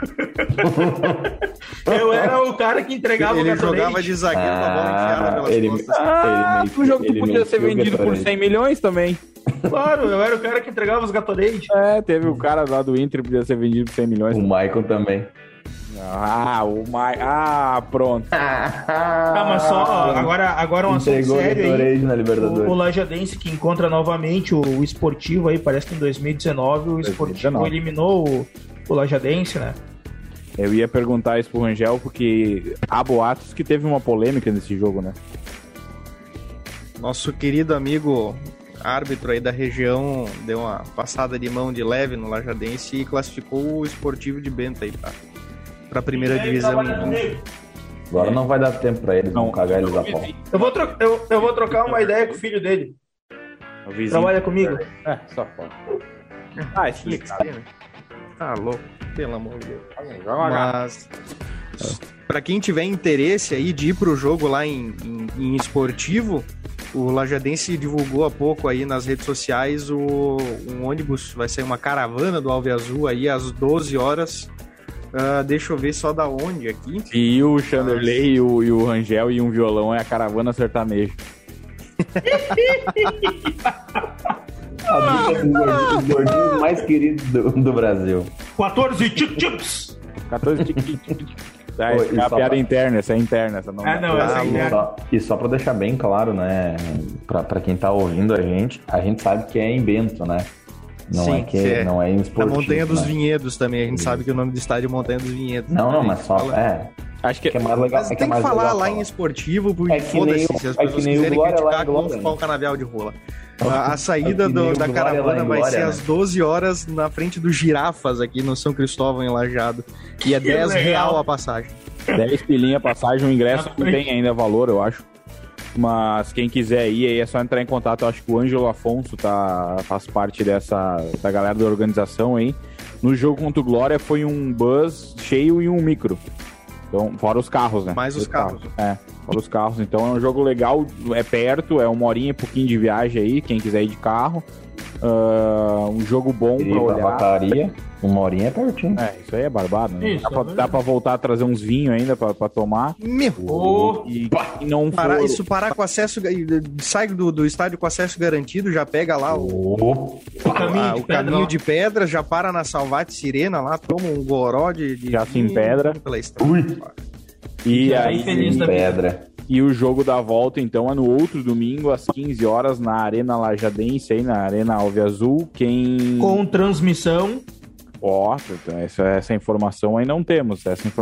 [SPEAKER 2] era o cara que entregava o Gatorade.
[SPEAKER 3] Ele jogava de zagueiro com a bola enfiada pelas costas.
[SPEAKER 1] O jogo que podia ser vendido por 100 milhões também.
[SPEAKER 2] Claro, eu era o cara que entregava os Gatorade.
[SPEAKER 1] Teve o cara lá do Inter que podia ser vendido por 100 milhões.
[SPEAKER 4] O Michael também.
[SPEAKER 1] Pronto.
[SPEAKER 2] Mas só, agora um assunto sério aí.
[SPEAKER 4] Na Libertadores.
[SPEAKER 2] O Lajadense que encontra novamente o Esportivo aí, parece que em 2019 o Esportivo eliminou o Lajadense, né?
[SPEAKER 1] Eu ia perguntar isso pro Rangel, porque há boatos que teve uma polêmica nesse jogo, né?
[SPEAKER 3] Nosso querido amigo árbitro aí da região deu uma passada de mão de leve no Lajadense e classificou o Esportivo de Bento aí pra primeira divisão.
[SPEAKER 4] Agora não vai dar tempo pra eles, não cagar eles a pau.
[SPEAKER 2] Eu vou trocar uma ideia com o filho dele.
[SPEAKER 1] O vizinho.
[SPEAKER 2] Trabalha comigo.
[SPEAKER 1] Só pode.
[SPEAKER 3] Explica. Tá louco, pelo amor de Deus. Mas pra quem tiver interesse aí de ir pro jogo lá em Esportivo, o Lajadense divulgou há pouco aí nas redes sociais um ônibus, vai sair uma caravana do Alve Azul aí às 12 horas. Deixa eu ver só da onde aqui.
[SPEAKER 1] E o Chanderley e o Rangel e um violão é a caravana sertaneja.
[SPEAKER 4] A dos gordinhos mais queridos do Brasil.
[SPEAKER 2] 14 chips.
[SPEAKER 1] 14 chips. É a piada interna, essa é interna. Essa não
[SPEAKER 2] essa é interna.
[SPEAKER 4] E só pra deixar bem claro, né, pra quem tá ouvindo a gente sabe que é em Bento, né? Não é em Esportivo.
[SPEAKER 3] Na Montanha dos
[SPEAKER 4] né?
[SPEAKER 3] Vinhedos também, a gente sabe que o nome do estádio é Montanha dos Vinhedos.
[SPEAKER 4] Não, mas só...
[SPEAKER 1] Acho que
[SPEAKER 4] é mais legal.
[SPEAKER 3] Mas tem que falar lá em Esportivo, porque foda-se, se as pessoas quiserem criticar, vão ficar um canavial de rola. A saída da caravana vai ser às 12 horas na frente do Girafas aqui no São Cristóvão, em Lajeado. E é R$10 a passagem.
[SPEAKER 1] 10 pilinha a passagem, o ingresso não tem ainda valor, eu acho. Mas quem quiser ir, aí é só entrar em contato. Eu acho que o Ângelo Afonso faz parte da galera da organização aí. No jogo contra o Glória foi um bus cheio e um micro. Então, fora os carros, né?
[SPEAKER 3] Mais os carros.
[SPEAKER 1] Fora os carros. Então é um jogo legal, é perto, é 1 horinha e pouquinho de viagem aí, quem quiser ir de carro. Um jogo bom pra olhar.
[SPEAKER 4] Vacaria, 1 horinha é pertinho.
[SPEAKER 1] Isso aí é barbado, né?
[SPEAKER 2] Isso,
[SPEAKER 1] Dá pra voltar a trazer uns vinhos ainda pra tomar. E não
[SPEAKER 3] parar com acesso. Sai do estádio com acesso garantido, já pega lá o caminho de pedra, já para na Salvate Sirena lá, toma um goró de
[SPEAKER 1] já se empedra.
[SPEAKER 3] Pela estrada.
[SPEAKER 1] E aí,
[SPEAKER 2] feliz da
[SPEAKER 4] pedra.
[SPEAKER 1] E o jogo da volta, então, é no outro domingo, às 15 horas, na Arena Lajadense, aí na Arena Alve Azul.
[SPEAKER 2] Com transmissão.
[SPEAKER 1] Essa informação aí não temos.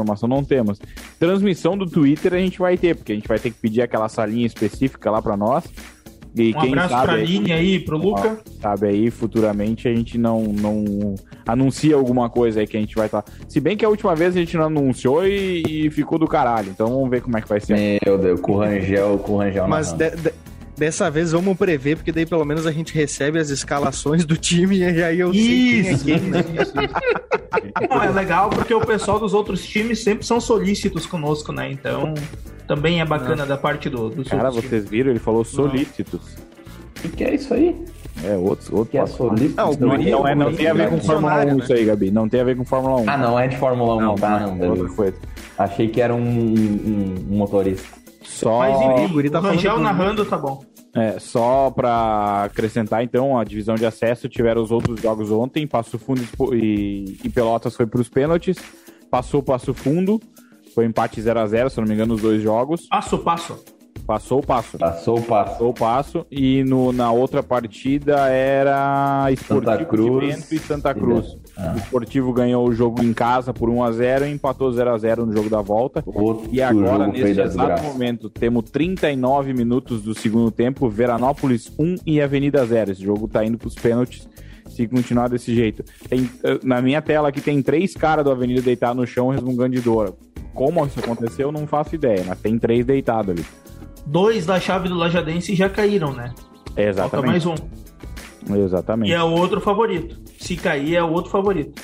[SPEAKER 1] Transmissão do Twitter a gente vai ter, porque a gente vai ter que pedir aquela salinha específica lá pra nós. E
[SPEAKER 2] um abraço pra Aline aí, pro Luca.
[SPEAKER 1] Sabe aí, futuramente a gente não anuncia alguma coisa aí que a gente vai estar. Se bem que a última vez a gente não anunciou e ficou do caralho. Então vamos ver como é que vai ser.
[SPEAKER 4] Meu Deus, com o Rangel.
[SPEAKER 3] Mas dessa vez vamos prever, porque daí pelo menos a gente recebe as escalações do time e aí eu sei quem é quem, né?
[SPEAKER 2] Não, é legal porque o pessoal dos outros times sempre são solícitos conosco, né? Então também é bacana da parte do
[SPEAKER 1] cara, vocês viram? Ele falou solícitos.
[SPEAKER 4] O que é isso aí?
[SPEAKER 1] Outro
[SPEAKER 4] que é solícito?
[SPEAKER 1] Não tem a ver com Fórmula 1 isso aí, Gabi. Não tem a ver com Fórmula 1.
[SPEAKER 4] Ah, não é de Fórmula 1, não, tá? Não,
[SPEAKER 1] outra coisa.
[SPEAKER 4] Achei que era um motorista.
[SPEAKER 2] Mas enfim, o Rangel narrando tá bom.
[SPEAKER 1] Só pra acrescentar, então, a divisão de acesso tiveram os outros jogos ontem. Passo Fundo e Pelotas foi pros pênaltis. Passou Passo Fundo. Foi empate 0-0, se não me engano, os 2 jogos. Passou o passo. E na outra partida era Esportivo de Bento e Santa Cruz. O Esportivo ganhou o jogo em casa por 1-0 e empatou 0-0 no jogo da volta. E agora, nesse exato momento, temos 39 minutos do segundo tempo, Veranópolis 1 e Avenida 0. Esse jogo tá indo pros pênaltis se continuar desse jeito. Na minha tela aqui tem 3 caras do Avenida deitados no chão resmungando de dor. Como isso aconteceu, eu não faço ideia, mas tem 3 deitados ali.
[SPEAKER 2] 2 da chave do Lajadense já caíram, né?
[SPEAKER 1] Exatamente.
[SPEAKER 2] Falta mais 1.
[SPEAKER 1] Exatamente.
[SPEAKER 2] E é o outro favorito. Se cair, é o outro favorito.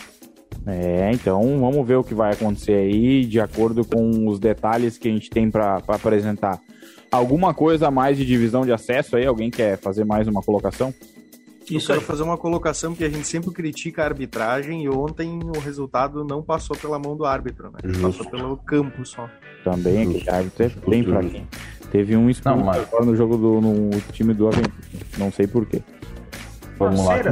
[SPEAKER 1] Então vamos ver o que vai acontecer aí, de acordo com os detalhes que a gente tem para apresentar. Alguma coisa a mais de divisão de acesso aí? Alguém quer fazer mais uma colocação?
[SPEAKER 3] Eu quero fazer uma colocação, porque a gente sempre critica a arbitragem e ontem o resultado não passou pela mão do árbitro, né? Passou pelo campo só.
[SPEAKER 1] Também aquele árbitro é bem fraquinho. Teve um expulso agora no jogo no time do Avenida. Não sei porquê.
[SPEAKER 4] Vamos lá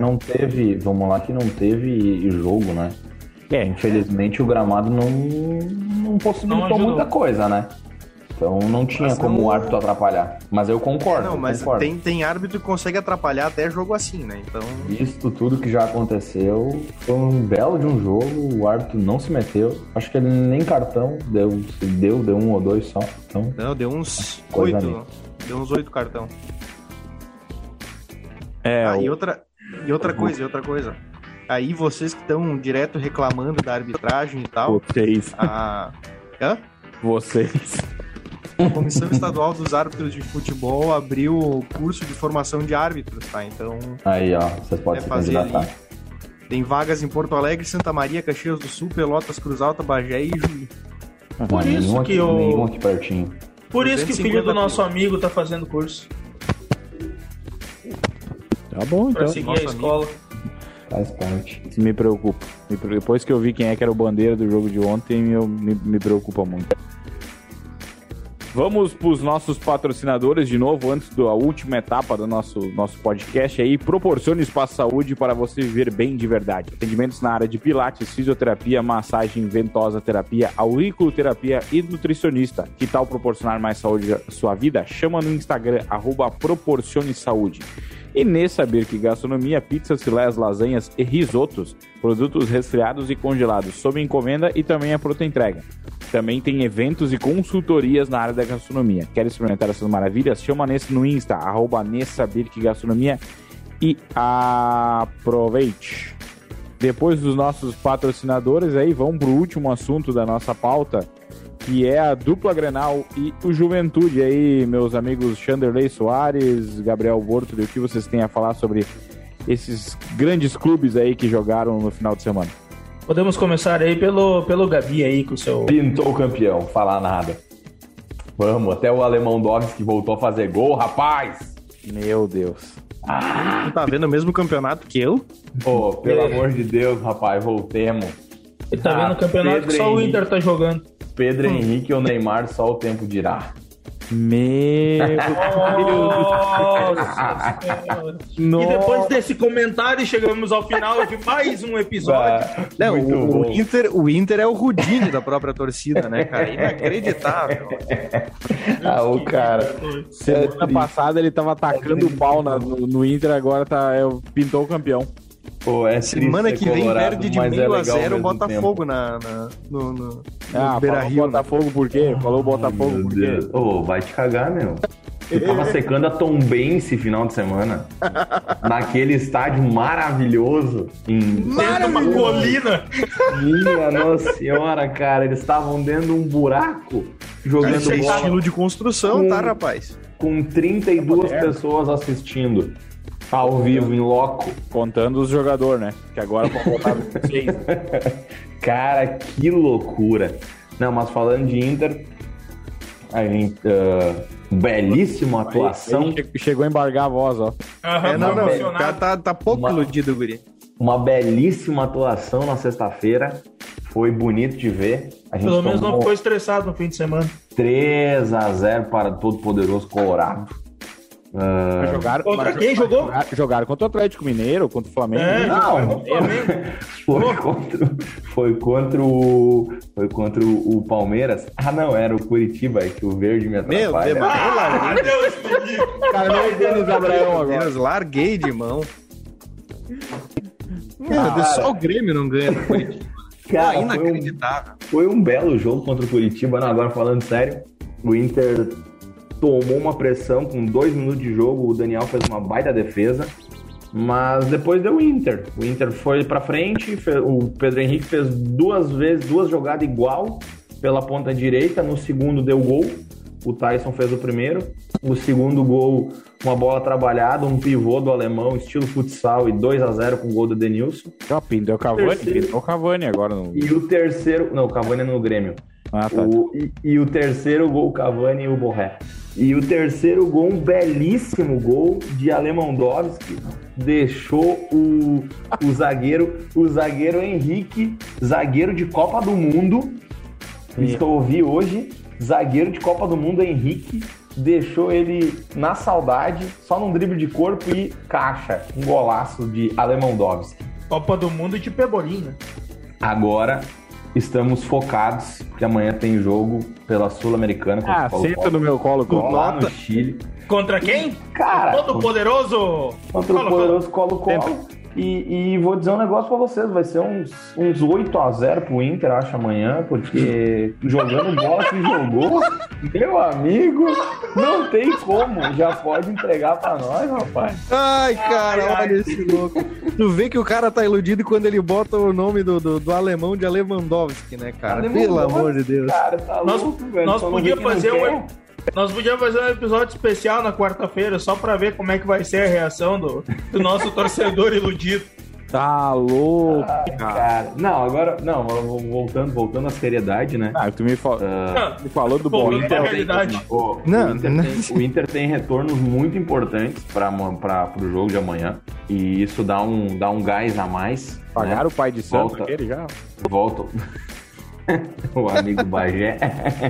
[SPEAKER 4] que não teve jogo, né? Infelizmente o gramado não possibilitou muita coisa, né? Então não tinha como o árbitro atrapalhar. Mas eu concordo. Concordo.
[SPEAKER 3] Tem árbitro que consegue atrapalhar até jogo assim, né? Então,
[SPEAKER 4] visto tudo que já aconteceu, foi um belo de um jogo, o árbitro não se meteu. Acho que ele nem cartão deu 1 ou 2 só. Então,
[SPEAKER 3] não, deu uns 8. Deu uns 8 cartão. E outra coisa. Aí vocês que estão direto reclamando da arbitragem e tal.
[SPEAKER 1] Vocês.
[SPEAKER 3] Vocês. A Comissão Estadual dos Árbitros de Futebol abriu o curso de formação de árbitros, tá? Então...
[SPEAKER 4] Aí, ó, vocês podem se candidatar.
[SPEAKER 3] Ali. Tem vagas em Porto Alegre, Santa Maria, Caxias do Sul, Pelotas, Cruz Alta, Bagé e Juí.
[SPEAKER 2] Por isso que
[SPEAKER 4] nenhum aqui pertinho.
[SPEAKER 2] Por isso que o filho do nosso amigo tá fazendo curso.
[SPEAKER 1] Tá bom, então.
[SPEAKER 2] Pra seguir a escola.
[SPEAKER 4] Faz parte.
[SPEAKER 1] Isso me preocupa. Depois que eu vi quem é que era o bandeira do jogo de ontem, me preocupa muito. Vamos para os nossos patrocinadores de novo, antes da última etapa do nosso podcast aí. Proporcione espaço saúde para você viver bem de verdade. Atendimentos na área de pilates, fisioterapia, massagem, ventosa terapia, auriculoterapia e nutricionista. Que tal proporcionar mais saúde à sua vida? Chama no Instagram, @proporcionesaúde. E Nessa Birk Gastronomia, pizzas, filés, lasanhas e risotos, produtos resfriados e congelados, sob encomenda e também a pronta entrega. Também tem eventos e consultorias na área da gastronomia. Quer experimentar essas maravilhas? Chama Nessa no Insta, @Nessa Birk Gastronomia e aproveite. Depois dos nossos patrocinadores, aí vamos para o último assunto da nossa pauta, que é a dupla Grenal e o Juventude. Aí, meus amigos Chanderley Soares, Gabriel Borto, o que vocês têm a falar sobre esses grandes clubes aí que jogaram no final de semana?
[SPEAKER 2] Podemos começar aí pelo Gabi aí com o seu...
[SPEAKER 4] Pintou o campeão, falar nada. Vamos, até o Alemão Dogs que voltou a fazer gol, rapaz!
[SPEAKER 1] Meu Deus.
[SPEAKER 3] Tu tá vendo o mesmo campeonato que eu?
[SPEAKER 4] Pô, pelo amor de Deus, rapaz, voltemos.
[SPEAKER 2] Ele tá vendo o campeonato que só o Inter tá jogando.
[SPEAKER 4] Pedro Henrique ou Neymar, só o tempo dirá.
[SPEAKER 1] Meu
[SPEAKER 2] Deus. E depois desse comentário, chegamos ao final de mais um episódio.
[SPEAKER 3] Não, o Inter é o Rudine da própria torcida, né, cara? Inacreditável.
[SPEAKER 4] O cara.
[SPEAKER 1] Semana passada ele tava atacando o pau no Inter, agora pintou o campeão.
[SPEAKER 4] Pô,
[SPEAKER 3] semana que vem perde de 0-0 o Botafogo no Beira-Rio.
[SPEAKER 1] Botafogo por quê? Falou Botafogo por quê?
[SPEAKER 4] Ô, vai te cagar, meu. Eu tava secando a Tombense final de semana. Naquele estádio maravilhoso.
[SPEAKER 2] Dentro de uma colina.
[SPEAKER 4] Minha Nossa Senhora, cara. Eles estavam dentro de um buraco jogando
[SPEAKER 3] Isso é
[SPEAKER 4] bola.
[SPEAKER 3] estilo de construção, tá, rapaz?
[SPEAKER 4] Com 32 pessoas assistindo. Ao vivo, em loco.
[SPEAKER 1] Contando os jogadores, né? Que agora vão botar 26.
[SPEAKER 4] Cara, que loucura. Não, mas falando de Inter, a gente, belíssima atuação.
[SPEAKER 1] Ele chegou a embargar a voz, ó.
[SPEAKER 3] Tá pouco iludido, guri.
[SPEAKER 4] Uma belíssima atuação na sexta-feira. Foi bonito de ver. A gente
[SPEAKER 2] Pelo menos não ficou estressado no fim de semana.
[SPEAKER 4] 3-0 para o todo-poderoso Colorado.
[SPEAKER 2] Contra quem jogou?
[SPEAKER 1] Jogaram contra o Atlético Mineiro, contra o Flamengo.
[SPEAKER 4] Não, foi contra o Palmeiras. Ah, não, era o Curitiba, que o verde me atrapalha.
[SPEAKER 2] Meu Deus,
[SPEAKER 1] cara, não é Denis Abraão agora.
[SPEAKER 3] Deus, larguei de mão. Só o Grêmio não ganha no Curitiba.
[SPEAKER 4] Cara,
[SPEAKER 3] inacreditável.
[SPEAKER 4] Foi um belo jogo contra o Curitiba. Não, agora falando sério, o Inter tomou uma pressão com 2 minutos de jogo, o Daniel fez uma baita defesa, mas depois deu o Inter. O Inter foi pra frente, o Pedro Henrique fez 2 jogadas igual pela ponta direita, no segundo deu gol, o Tyson fez o primeiro, o segundo gol, uma bola trabalhada, um pivô do alemão, estilo futsal, e 2-0 com o gol do Denilson.
[SPEAKER 1] Pintou o Cavani agora.
[SPEAKER 4] E o terceiro, não, o Cavani é no Grêmio.
[SPEAKER 1] Ah, tá.
[SPEAKER 4] E o terceiro gol, o Cavani e o Borré. E o terceiro gol, um belíssimo gol de Alemandowski, deixou o zagueiro Henrique, zagueiro de Copa do Mundo, isso que eu ouvi hoje, zagueiro de Copa do Mundo Henrique, deixou ele na saudade, só num drible de corpo e caixa, um golaço de Alemandowski.
[SPEAKER 2] Copa do Mundo de Pebolim, né?
[SPEAKER 4] Agora estamos focados, porque amanhã tem jogo pela Sul-Americana contra o Colo-Colo.
[SPEAKER 1] Senta no meu colo,
[SPEAKER 4] lá no Chile.
[SPEAKER 2] Contra quem?
[SPEAKER 4] Cara,
[SPEAKER 2] todo poderoso.
[SPEAKER 4] Contra o poderoso Colo-Colo. E vou dizer um negócio pra vocês, vai ser uns 8-0 pro Inter, acho, amanhã, porque jogando bola que jogou, meu amigo, não tem como, já pode entregar pra nós, rapaz.
[SPEAKER 3] Ai, cara, olha esse louco. Tu vê que o cara tá iludido quando ele bota o nome do alemão de Alemandowski, né, cara? Pelo amor de Deus.
[SPEAKER 4] Cara, tá louco, velho.
[SPEAKER 2] Nós podíamos fazer um episódio especial na quarta-feira só pra ver como é que vai ser a reação do nosso torcedor iludido.
[SPEAKER 1] Tá louco,
[SPEAKER 4] cara. Não, agora, voltando à seriedade, né?
[SPEAKER 1] Tu me falou do bom
[SPEAKER 2] Inter.
[SPEAKER 4] O Inter tem retornos muito importantes pro jogo de amanhã. E isso dá um gás a mais.
[SPEAKER 1] Pagaram, né? O pai de santo
[SPEAKER 4] volta,
[SPEAKER 1] aquele já?
[SPEAKER 4] Volta. O amigo Bagé.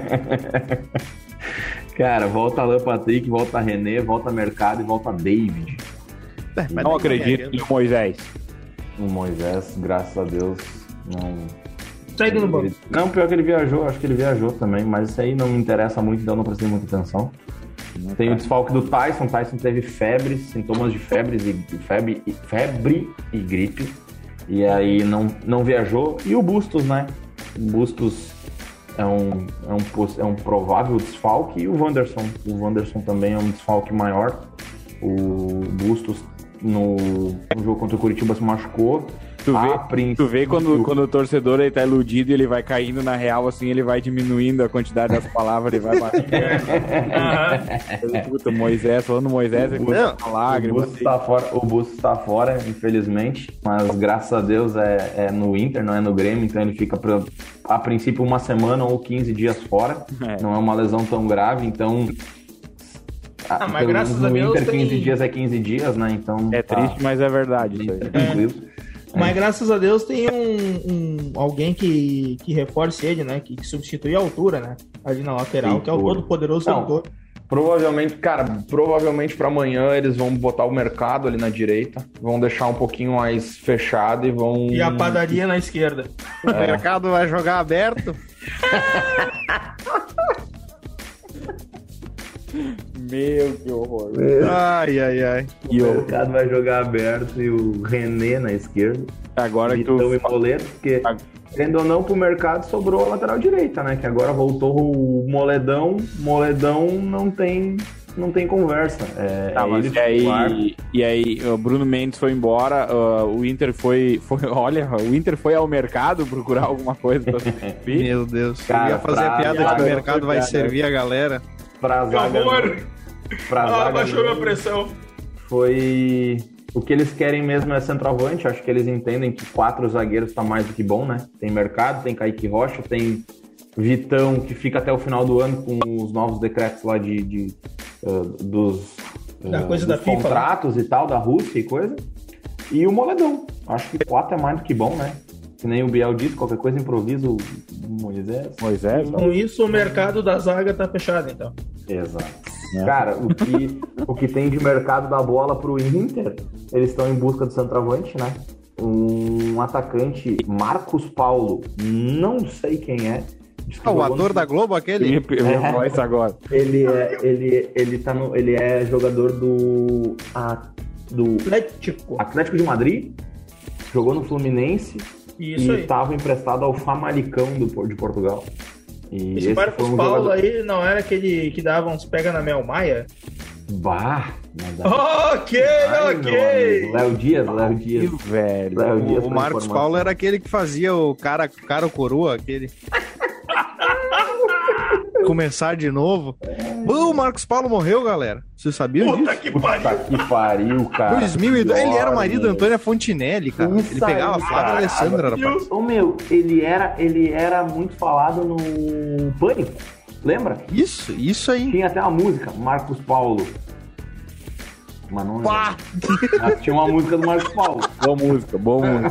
[SPEAKER 4] Cara, volta Alan Patrick, volta René, volta Mercado e volta David.
[SPEAKER 1] Não acredito no Moisés.
[SPEAKER 4] O Moisés, graças a Deus, não...
[SPEAKER 2] Segue no banco.
[SPEAKER 4] Não, pior que ele viajou, acho que ele viajou também, mas isso aí não me interessa muito, então eu não prestei muita atenção. Tem o desfalque do Tyson. Tyson teve sintomas de febre e gripe, e aí não viajou. E o Bustos, né? O Bustos é um provável desfalque, e o Wanderson também é um desfalque maior. O Bustos no jogo contra o Curitiba se machucou,
[SPEAKER 1] Tu vê quando o torcedor ele tá iludido, ele vai caindo na real, assim, ele vai diminuindo a quantidade das palavras, ele vai batendo. Puta, Moisés, falando Moisés, ele começa a lágrima.
[SPEAKER 4] O Busto tá fora, infelizmente, mas graças a Deus é no Inter, não é no Grêmio, então ele fica a princípio uma semana ou 15 dias fora, não é uma lesão tão grave, então...
[SPEAKER 2] mas graças a Deus
[SPEAKER 4] Inter 15 dias é 15 dias, né? Então
[SPEAKER 1] é triste, mas é verdade isso aí.
[SPEAKER 4] Tranquilo.
[SPEAKER 2] Mas graças a Deus tem alguém que reforce ele, né? Que substitui a altura, né? Ali na lateral,
[SPEAKER 4] Sim,
[SPEAKER 2] que é o todo-poderoso Heitor.
[SPEAKER 4] Provavelmente para amanhã eles vão botar o mercado ali na direita, vão deixar um pouquinho mais fechado e vão...
[SPEAKER 2] E a padaria na esquerda.
[SPEAKER 3] O mercado vai jogar aberto?
[SPEAKER 1] Meu, que horror.
[SPEAKER 3] Ai.
[SPEAKER 4] O mercado vai jogar aberto e o René na esquerda.
[SPEAKER 1] Agora que
[SPEAKER 4] Vitão e Moledo, porque, querendo ou não, pro mercado sobrou a lateral direita, né? Que agora voltou o Moledão. Moledão não tem conversa.
[SPEAKER 1] Mas e aí, o Bruno Mendes foi embora, o Inter foi olha, o Inter foi ao mercado procurar alguma coisa pra servir.
[SPEAKER 3] Meu Deus,
[SPEAKER 4] cara,
[SPEAKER 3] eu ia fazer a piada que o mercado vai servir a galera.
[SPEAKER 4] Pra zaga,
[SPEAKER 2] baixou minha pressão.
[SPEAKER 4] Foi... O que eles querem mesmo é centroavante. Acho que eles entendem que 4 zagueiros tá mais do que bom, né? Tem mercado, tem Kaique Rocha, tem Vitão, que fica até o final do ano com os novos decretos lá dos contratos e tal, da Rússia e coisa. E o Moledão. Acho que 4 é mais do que bom, né? Que nem o Biel disse, qualquer coisa improviso Moisés.
[SPEAKER 2] Com isso, o mercado da zaga tá fechado, então.
[SPEAKER 4] Exato. Cara, o que tem de mercado da bola pro Inter, eles estão em busca do centroavante, né? Um atacante, Marcos Paulo, não sei quem é.
[SPEAKER 3] O ator da Globo, aquele?
[SPEAKER 1] Voz agora.
[SPEAKER 4] Ele é jogador do Atlético de Madrid, jogou no Fluminense.
[SPEAKER 2] Isso
[SPEAKER 4] e estava emprestado ao Famalicão de Portugal. E
[SPEAKER 2] esse Marcos Paulo aí não era aquele que dava uns pega na Mel Maia?
[SPEAKER 4] Bah!
[SPEAKER 2] Ok!
[SPEAKER 4] Léo Dias.
[SPEAKER 1] Velho.
[SPEAKER 3] O Marcos Paulo era aquele que fazia o cara o coroa, aquele... Começar de novo. O Marcos Paulo morreu, galera. Vocês sabiam disso?
[SPEAKER 4] Puta que pariu, cara.
[SPEAKER 3] 2002. Ele era o marido da Antônia Fontinelli, cara. Ele pegava a Flávia Alessandra, rapaz.
[SPEAKER 4] Ele era muito falado no Pânico. Lembra?
[SPEAKER 3] Isso aí.
[SPEAKER 4] Tinha até uma música, Marcos Paulo. Mas não lembro. Mas tinha uma música do Marcos Paulo.
[SPEAKER 1] Boa música.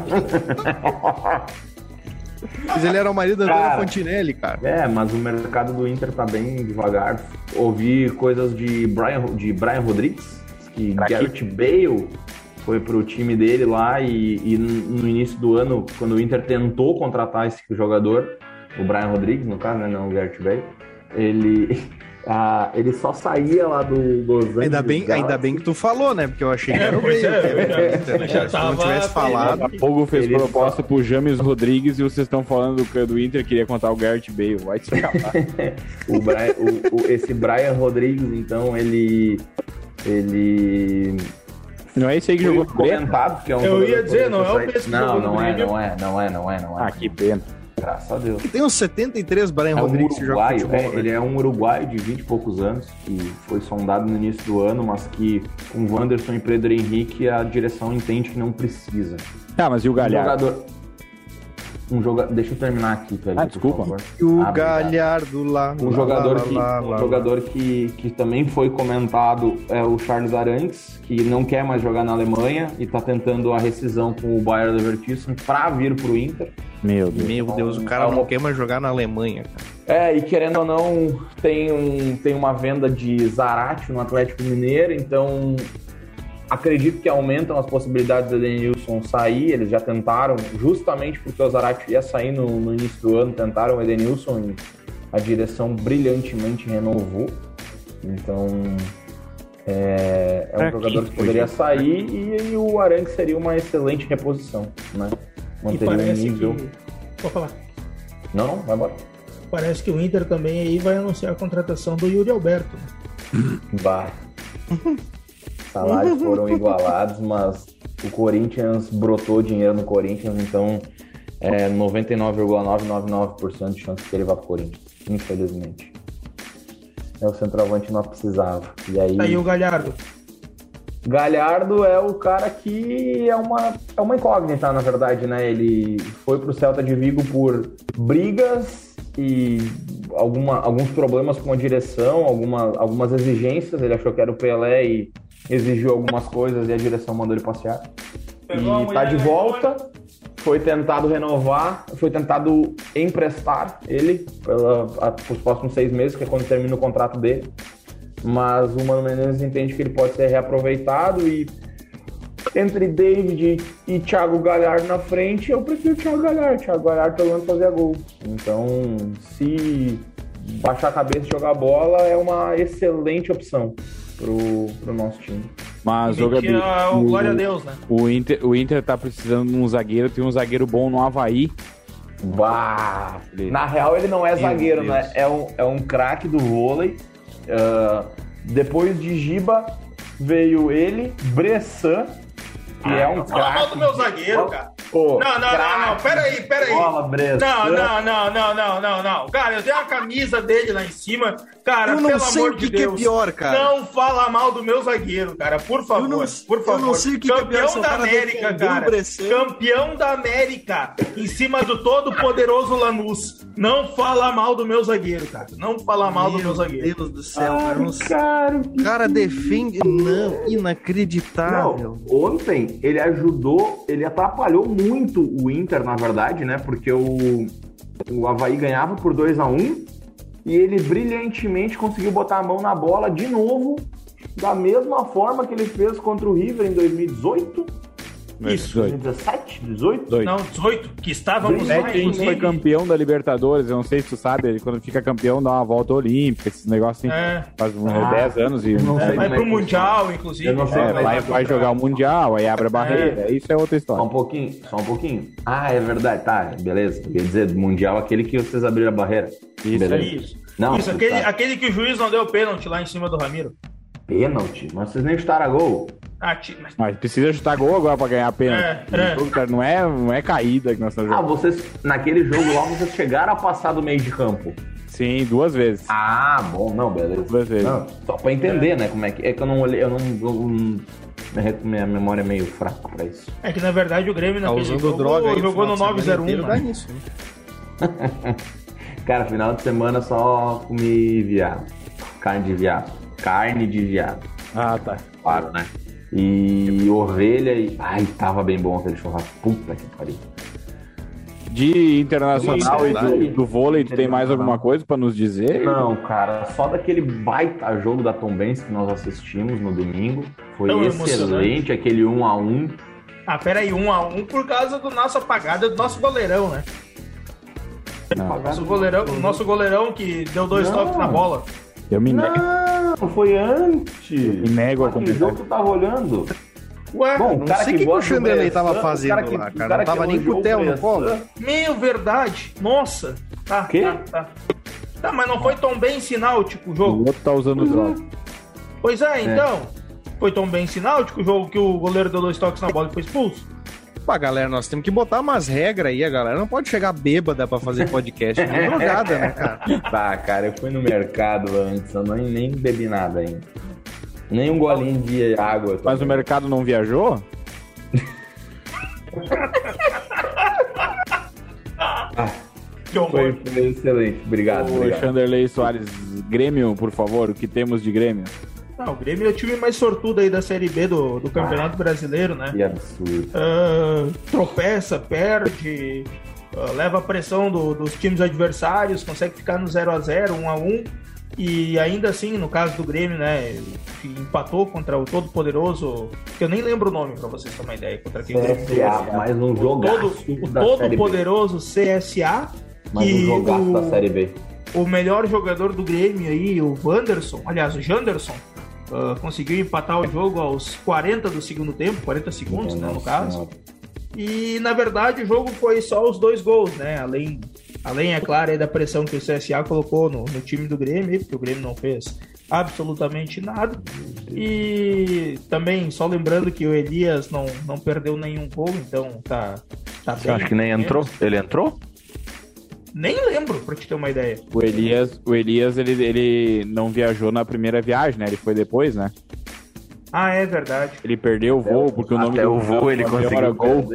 [SPEAKER 3] Mas ele era o marido da Antônia Fontinelli, cara.
[SPEAKER 4] Mas o mercado do Inter tá bem devagar. Ouvi coisas de Brian Rodrigues, que Gareth Bale foi pro time dele lá e no início do ano, quando o Inter tentou contratar esse jogador, o Brian Rodrigues, no caso, né, não o Gareth Bale, ele só saía lá do Los Angeles.
[SPEAKER 3] Ainda bem que tu falou, né? Porque eu achei que era o Bale.
[SPEAKER 2] Se
[SPEAKER 3] não tivesse falado.
[SPEAKER 1] O Fogo fez proposta pro James Rodrigues e vocês estão falando do Inter queria contar o Gareth Bale. Vai se escapar.
[SPEAKER 4] Esse Brian Rodrigues, então, ele
[SPEAKER 1] não é esse aí que jogou
[SPEAKER 4] comentado, que é um
[SPEAKER 2] eu ia dizer, não é o mesmo.
[SPEAKER 4] Não é.
[SPEAKER 1] Ah, que pena.
[SPEAKER 4] Graças a Deus.
[SPEAKER 3] Tem uns 73 Brian Rodrigues que jogam futebol.
[SPEAKER 4] Ele é um uruguaio de 20 e poucos anos, que foi sondado no início do ano, mas que com o Wanderson e Pedro Henrique a direção entende que não precisa.
[SPEAKER 1] Mas e o Galhardo?
[SPEAKER 4] Deixa eu terminar aqui, velho.
[SPEAKER 1] Desculpa.
[SPEAKER 3] E o Galhardo lá.
[SPEAKER 4] Um jogador que também foi comentado é o Charles Arangues, que não quer mais jogar na Alemanha e tá tentando a rescisão com o Bayer Leverkusen pra vir pro Inter.
[SPEAKER 3] Meu Deus, o cara não quer mais jogar na Alemanha, cara.
[SPEAKER 4] E querendo ou não, tem uma venda de Zarate no Atlético Mineiro, então acredito que aumentam as possibilidades do Edenilson sair. Eles já tentaram, justamente porque o Zarate ia sair no início do ano, tentaram o Edenilson e a direção brilhantemente renovou. Então é um jogador que poderia sair e o Arangues seria uma excelente reposição, né? Manteria um nível.
[SPEAKER 2] Pode falar.
[SPEAKER 4] Não, vai embora.
[SPEAKER 2] Parece que o Inter também aí vai anunciar a contratação do Yuri Alberto.
[SPEAKER 4] Bah. Salários foram igualados, mas o Corinthians brotou dinheiro no Corinthians, então 99,999% de chance que ele vá pro Corinthians, infelizmente. É o centroavante que nós precisava. E aí
[SPEAKER 2] o Galhardo.
[SPEAKER 4] Galhardo é o cara que é uma incógnita, na verdade, né? Ele foi pro Celta de Vigo por brigas e alguns problemas com a direção, algumas exigências. Ele achou que era o Pelé e exigiu algumas coisas e a direção mandou ele passear. E tá de volta. Foi tentado renovar, foi tentado emprestar ele os próximos 6 meses, que é quando termina o contrato dele. Mas o Mano Menezes entende que ele pode ser reaproveitado e entre David e Thiago Galhardo na frente, eu prefiro o Thiago Galhardo. Thiago Galhardo pelo menos fazia gol. Então, se baixar a cabeça e jogar bola, é uma excelente opção pro nosso time.
[SPEAKER 1] Mas o Gabi,
[SPEAKER 2] glória a Deus, né?
[SPEAKER 1] O Inter tá precisando de um zagueiro, tem um zagueiro bom no Avaí.
[SPEAKER 4] Bah, na real ele não é zagueiro, né? É um craque do vôlei. Depois de Giba veio ele, Bressan, que é um craque.
[SPEAKER 2] Fala mal do meu zagueiro, cara. Não, peraí.
[SPEAKER 4] Bola,
[SPEAKER 2] Não. Cara, eu tenho a camisa dele lá em cima. Cara, pelo amor de Deus.
[SPEAKER 3] Que é pior, cara.
[SPEAKER 2] Não fala mal do meu zagueiro, cara. Por favor. Eu não sei o que é pior. Campeão da América, cara. Campeão da América. Em cima do todo poderoso Lanús. Não fala mal do meu zagueiro, cara. Não fala mal do meu zagueiro.
[SPEAKER 3] Meu Deus do céu, cara. O cara defende. Não, inacreditável.
[SPEAKER 4] Não, ontem ele ajudou, ele atrapalhou muito o Inter, na verdade, né? Porque o Avaí ganhava por 2-1 e ele brilhantemente conseguiu botar a mão na bola de novo, da mesma forma que ele fez contra o River em 2018.
[SPEAKER 2] Isso.
[SPEAKER 4] 2017? 18?
[SPEAKER 2] Não, 18, que estávamos
[SPEAKER 1] lá. A gente foi campeão da Libertadores, eu não sei se tu sabe, ele, quando fica campeão dá uma volta olímpica, esses negócios assim, faz 10 anos e...
[SPEAKER 2] vai pro Mundial, inclusive.
[SPEAKER 4] Eu não sei,
[SPEAKER 1] vai jogar o Mundial, aí abre a barreira, isso é outra história.
[SPEAKER 4] Só um pouquinho. Ah, é verdade, tá, beleza. Quer dizer, Mundial, aquele que vocês abriram a barreira.
[SPEAKER 2] Isso, beleza. Isso. Não, isso, aquele que o juiz não deu pênalti lá em cima do Ramiro.
[SPEAKER 4] Pênalti? Mas vocês nem chutaram a gol.
[SPEAKER 1] Mas precisa chutar gol agora pra ganhar a pênalti. Não é caída que nós estamos jogando.
[SPEAKER 4] Vocês, naquele jogo lá, vocês chegaram a passar do meio de campo.
[SPEAKER 1] Sim, 2 vezes.
[SPEAKER 4] Ah, bom, não, beleza.
[SPEAKER 1] 2 vezes.
[SPEAKER 4] Não, só pra entender, né, como é que... É que eu não olhei, minha memória é meio fraca pra isso.
[SPEAKER 2] É que, na verdade, o Grêmio naquele jogo jogou no 9-0-1, mano.
[SPEAKER 4] Cara, final de semana só comi viado. Carne de viado.
[SPEAKER 1] Ah, tá.
[SPEAKER 4] Claro, né? E orelha e... Ai, tava bem bom aquele churrasco. Puta que pariu.
[SPEAKER 1] De internacional e do vôlei, tu tem mais alguma coisa pra nos dizer?
[SPEAKER 4] Não, cara, só daquele baita jogo da Tombense que nós assistimos no domingo. Foi excelente, aquele 1-1.
[SPEAKER 2] Ah, peraí, 1-1 por causa do nossa apagada do nosso goleirão, né? Nosso goleirão que deu 2 toques na bola.
[SPEAKER 1] Eu me nego.
[SPEAKER 4] Não, foi antes.
[SPEAKER 1] Me nego a
[SPEAKER 4] comentar. Que jogo tu tava olhando?
[SPEAKER 3] Ué, bom, não sei o que o Chanderley tava fazendo lá, cara. Não tava nem com o Theo no colo.
[SPEAKER 2] Verdade. Nossa. Tá. Tá, mas não foi tão bem sináutico o jogo.
[SPEAKER 1] O outro tá usando droga.
[SPEAKER 2] Pois então. Foi tão bem sináutico o jogo que o goleiro deu 2 toques na bola e foi expulso.
[SPEAKER 3] Pá, galera, nós temos que botar umas regras aí, a galera não pode chegar bêbada pra fazer podcast, nem drogada, né, cara?
[SPEAKER 4] Tá, cara, eu fui no mercado antes, eu nem bebi nada ainda. Nem um golinho de água.
[SPEAKER 1] Mas o mercado não viajou?
[SPEAKER 4] Foi excelente, obrigado.
[SPEAKER 1] Chanderley Soares, Grêmio, por favor, o que temos de Grêmio?
[SPEAKER 2] O Grêmio é o time mais sortudo aí da Série B do Campeonato Brasileiro, né?
[SPEAKER 4] Que absurdo.
[SPEAKER 2] Tropeça, perde, leva a pressão dos times adversários, consegue ficar no 0-0, 1-1, e ainda assim, no caso do Grêmio, né, empatou contra o todo-poderoso, que eu nem lembro o nome, pra vocês terem uma ideia, contra quem
[SPEAKER 4] CSA, mais um jogaço
[SPEAKER 2] o todo-poderoso CSA,
[SPEAKER 4] mais um jogaço da Série B.
[SPEAKER 2] O melhor jogador do Grêmio aí, o o Janderson, conseguiu empatar o jogo aos 40 do segundo tempo, 40 segundos, né, no caso. E, na verdade, o jogo foi só os 2 gols, né? Além, é claro, aí da pressão que o CSA colocou no time do Grêmio, porque o Grêmio não fez absolutamente nada. E também, só lembrando que o Elias não perdeu nenhum gol, então tá
[SPEAKER 4] Você
[SPEAKER 2] bem.
[SPEAKER 4] acha que nem entrou? Ele entrou?
[SPEAKER 2] Nem lembro, pra te ter uma ideia.
[SPEAKER 1] O Elias ele não viajou na primeira viagem, né? Ele foi depois, né?
[SPEAKER 2] Ah, é verdade.
[SPEAKER 1] Ele perdeu o voo, porque o nome
[SPEAKER 4] Até
[SPEAKER 1] do
[SPEAKER 4] o voo ele conseguiu
[SPEAKER 1] gol.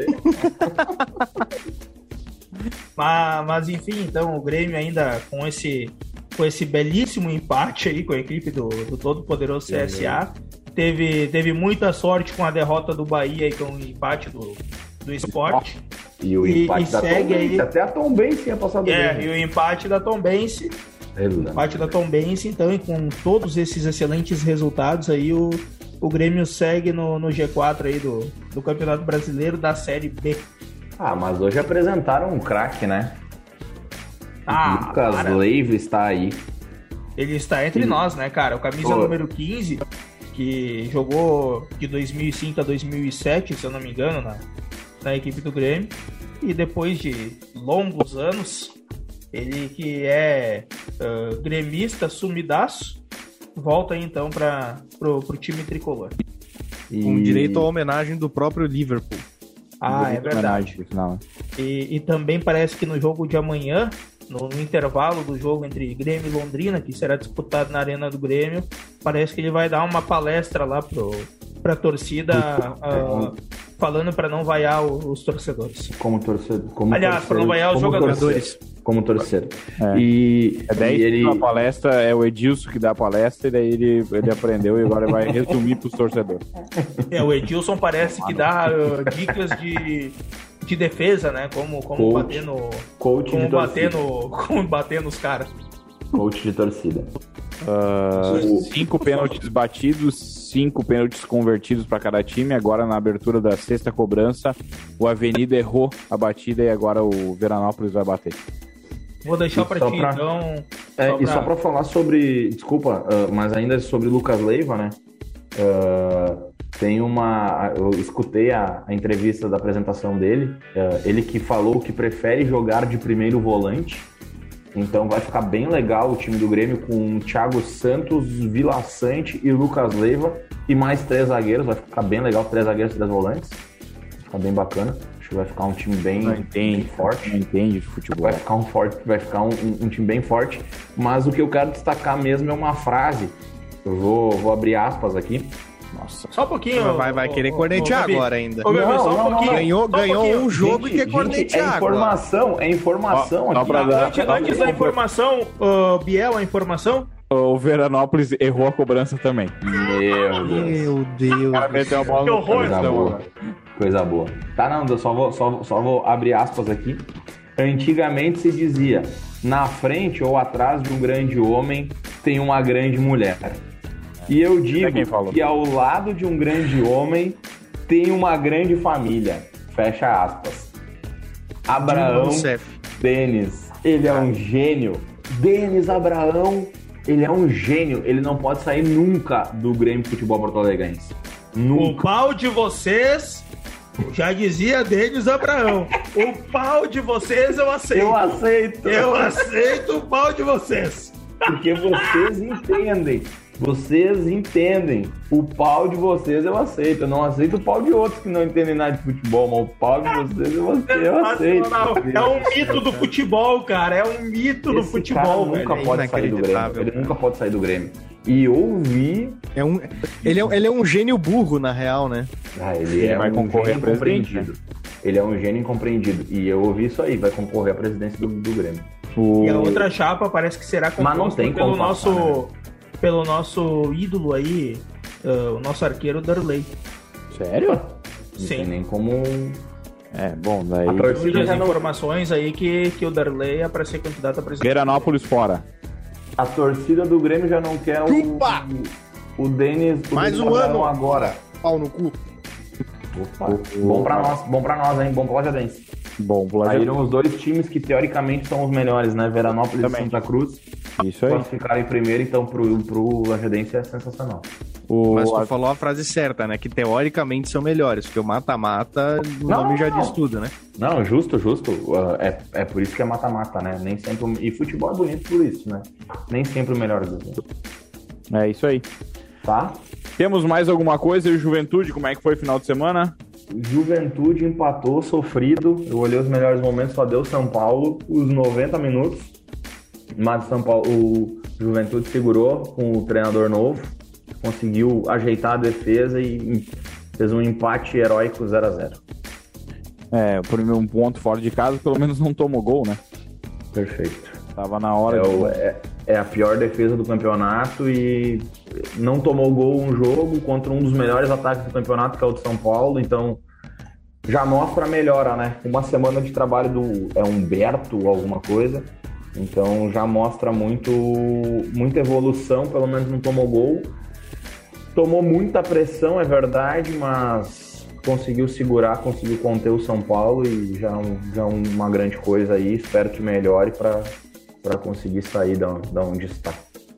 [SPEAKER 2] Mas enfim, então o Grêmio ainda com esse belíssimo empate aí com a equipe do todo-poderoso CSA. Teve muita sorte com a derrota do Bahia e com o empate do Sport.
[SPEAKER 4] E o empate da
[SPEAKER 2] segue
[SPEAKER 4] Tombense,
[SPEAKER 2] aí.
[SPEAKER 4] até a Tombense tinha passado bem.
[SPEAKER 2] E o empate da Tombense. Então, e com todos esses excelentes resultados aí, o Grêmio segue no G4 aí do Campeonato Brasileiro da Série B.
[SPEAKER 4] Ah, mas hoje apresentaram um craque, né? Lucas
[SPEAKER 2] para.
[SPEAKER 4] Leiva está aí.
[SPEAKER 2] Ele está entre nós, né, cara? O camisa número 15, que jogou de 2005 a 2007, se eu não me engano, na equipe do Grêmio. E depois de longos anos, ele que é gremista, sumidaço, volta aí, então pro time tricolor.
[SPEAKER 3] Com direito à homenagem do próprio Liverpool.
[SPEAKER 2] É verdade. E também parece que no jogo de amanhã, no intervalo do jogo entre Grêmio e Londrina, que será disputado na Arena do Grêmio, parece que ele vai dar uma palestra lá pra torcida, falando para não vaiar os torcedores. Aliás, para não vaiar os jogadores.
[SPEAKER 4] Como torcedor.
[SPEAKER 1] É 10 na palestra, é o Edilson que dá a palestra, e daí ele aprendeu e agora vai resumir pros torcedores.
[SPEAKER 2] O Edilson parece que dá dicas de defesa, né? Como bater no. Como bater nos caras.
[SPEAKER 4] Coach de torcida.
[SPEAKER 1] 5 pênaltis batidos, 5 pênaltis convertidos para cada time. Agora, na abertura da sexta cobrança, o Avenida errou a batida e agora o Veranópolis vai bater.
[SPEAKER 2] Vou deixar para ti, então.
[SPEAKER 4] E só para falar sobre. Desculpa, mas ainda sobre Lucas Leiva, né? Eu escutei a entrevista da apresentação dele. Ele que falou que prefere jogar de primeiro volante. Então vai ficar bem legal o time do Grêmio com Thiago Santos, Vila Sante e Lucas Leiva e mais 3 zagueiros. Vai ficar bem legal, 3 zagueiros e 3 volantes. Vai ficar bem bacana. Acho que vai ficar um time bem forte.
[SPEAKER 1] Não entende de futebol.
[SPEAKER 4] Vai ficar um time bem forte. Mas o que eu quero destacar mesmo é uma frase. Eu vou abrir aspas aqui.
[SPEAKER 1] Nossa.
[SPEAKER 2] Só um pouquinho.
[SPEAKER 3] Vai querer cornetear agora ainda.
[SPEAKER 2] Não.
[SPEAKER 3] Ganhou um jogo e quer cornetear agora.
[SPEAKER 4] É informação aqui.
[SPEAKER 2] Antes da informação, Biel, a informação.
[SPEAKER 1] O Veranópolis errou a cobrança também.
[SPEAKER 3] Meu Deus.
[SPEAKER 1] O cara meteu a bola no
[SPEAKER 4] horror. Coisa boa. Tá, não, eu só vou abrir aspas aqui. Antigamente se dizia: na frente ou atrás de um grande homem tem uma grande mulher. E eu digo que ao lado de um grande homem tem uma grande família. Fecha aspas. Abraão Denis, ele é um gênio. Denis Abraão, ele é um gênio. Ele não pode sair nunca do Grêmio Futebol Porto Alegrense. Nunca.
[SPEAKER 2] O pau de vocês, já dizia Denis Abraão. O pau de vocês eu aceito. Eu aceito o pau de vocês.
[SPEAKER 4] Porque vocês entendem. O pau de vocês eu aceito. Eu não aceito o pau de outros que não entendem nada de futebol, mas o pau de vocês eu aceito.
[SPEAKER 2] É um mito do futebol, cara. É um mito do futebol,
[SPEAKER 4] velho. Nunca pode sair do Grêmio. Ele nunca pode sair do Grêmio. E ouvi.
[SPEAKER 3] Ele é um gênio burro, na real, né?
[SPEAKER 4] Ele
[SPEAKER 1] vai concorrer a presidente.
[SPEAKER 4] Ele é um gênio incompreendido. E eu ouvi isso aí, vai concorrer à presidência do Grêmio.
[SPEAKER 2] E a outra chapa parece que será composta pelo nosso ídolo aí, o nosso arqueiro Darley.
[SPEAKER 1] Sério?
[SPEAKER 4] Não tem nem como...
[SPEAKER 1] Bom, daí...
[SPEAKER 2] As informações aí que o Darley é para ser candidato a presidente.
[SPEAKER 1] Veranópolis fora.
[SPEAKER 4] A torcida do Grêmio já não quer o Denis...
[SPEAKER 3] Mais um ano agora. Pau no cu.
[SPEAKER 4] Opa. Bom pra nós, hein? Bom pro Lajadense. Saíram os 2 times que teoricamente são os melhores, né? Veranópolis e Santa Cruz.
[SPEAKER 1] Isso aí.
[SPEAKER 4] Classificaram em primeiro, então pro Lajadense é sensacional.
[SPEAKER 3] Mas tu falou a frase certa, né? Que teoricamente são melhores, porque o mata-mata, o nome já diz tudo, né?
[SPEAKER 4] Não, justo. É por isso que é mata-mata, né? Nem sempre... E futebol é bonito por isso, né? Nem sempre o melhor.
[SPEAKER 1] É isso aí.
[SPEAKER 4] Tá?
[SPEAKER 1] Temos mais alguma coisa? E o Juventude, como é que foi o final de semana?
[SPEAKER 4] Juventude empatou, sofrido. Eu olhei os melhores momentos, só deu São Paulo, os 90 minutos. Mas São Paulo, o Juventude segurou com o treinador novo, conseguiu ajeitar a defesa e fez um empate heróico 0-0.
[SPEAKER 1] Por um ponto fora de casa, pelo menos não tomou gol, né?
[SPEAKER 4] Perfeito.
[SPEAKER 1] Tava na hora
[SPEAKER 4] É a pior defesa do campeonato e não tomou gol um jogo contra um dos melhores ataques do campeonato, que é o de São Paulo, então já mostra a melhora, né? Uma semana de trabalho do Humberto, alguma coisa, então já mostra muita evolução, pelo menos não tomou gol. Tomou muita pressão, é verdade, mas conseguiu segurar, conseguiu conter o São Paulo e já uma grande coisa aí, espero que melhore para conseguir sair da onde está.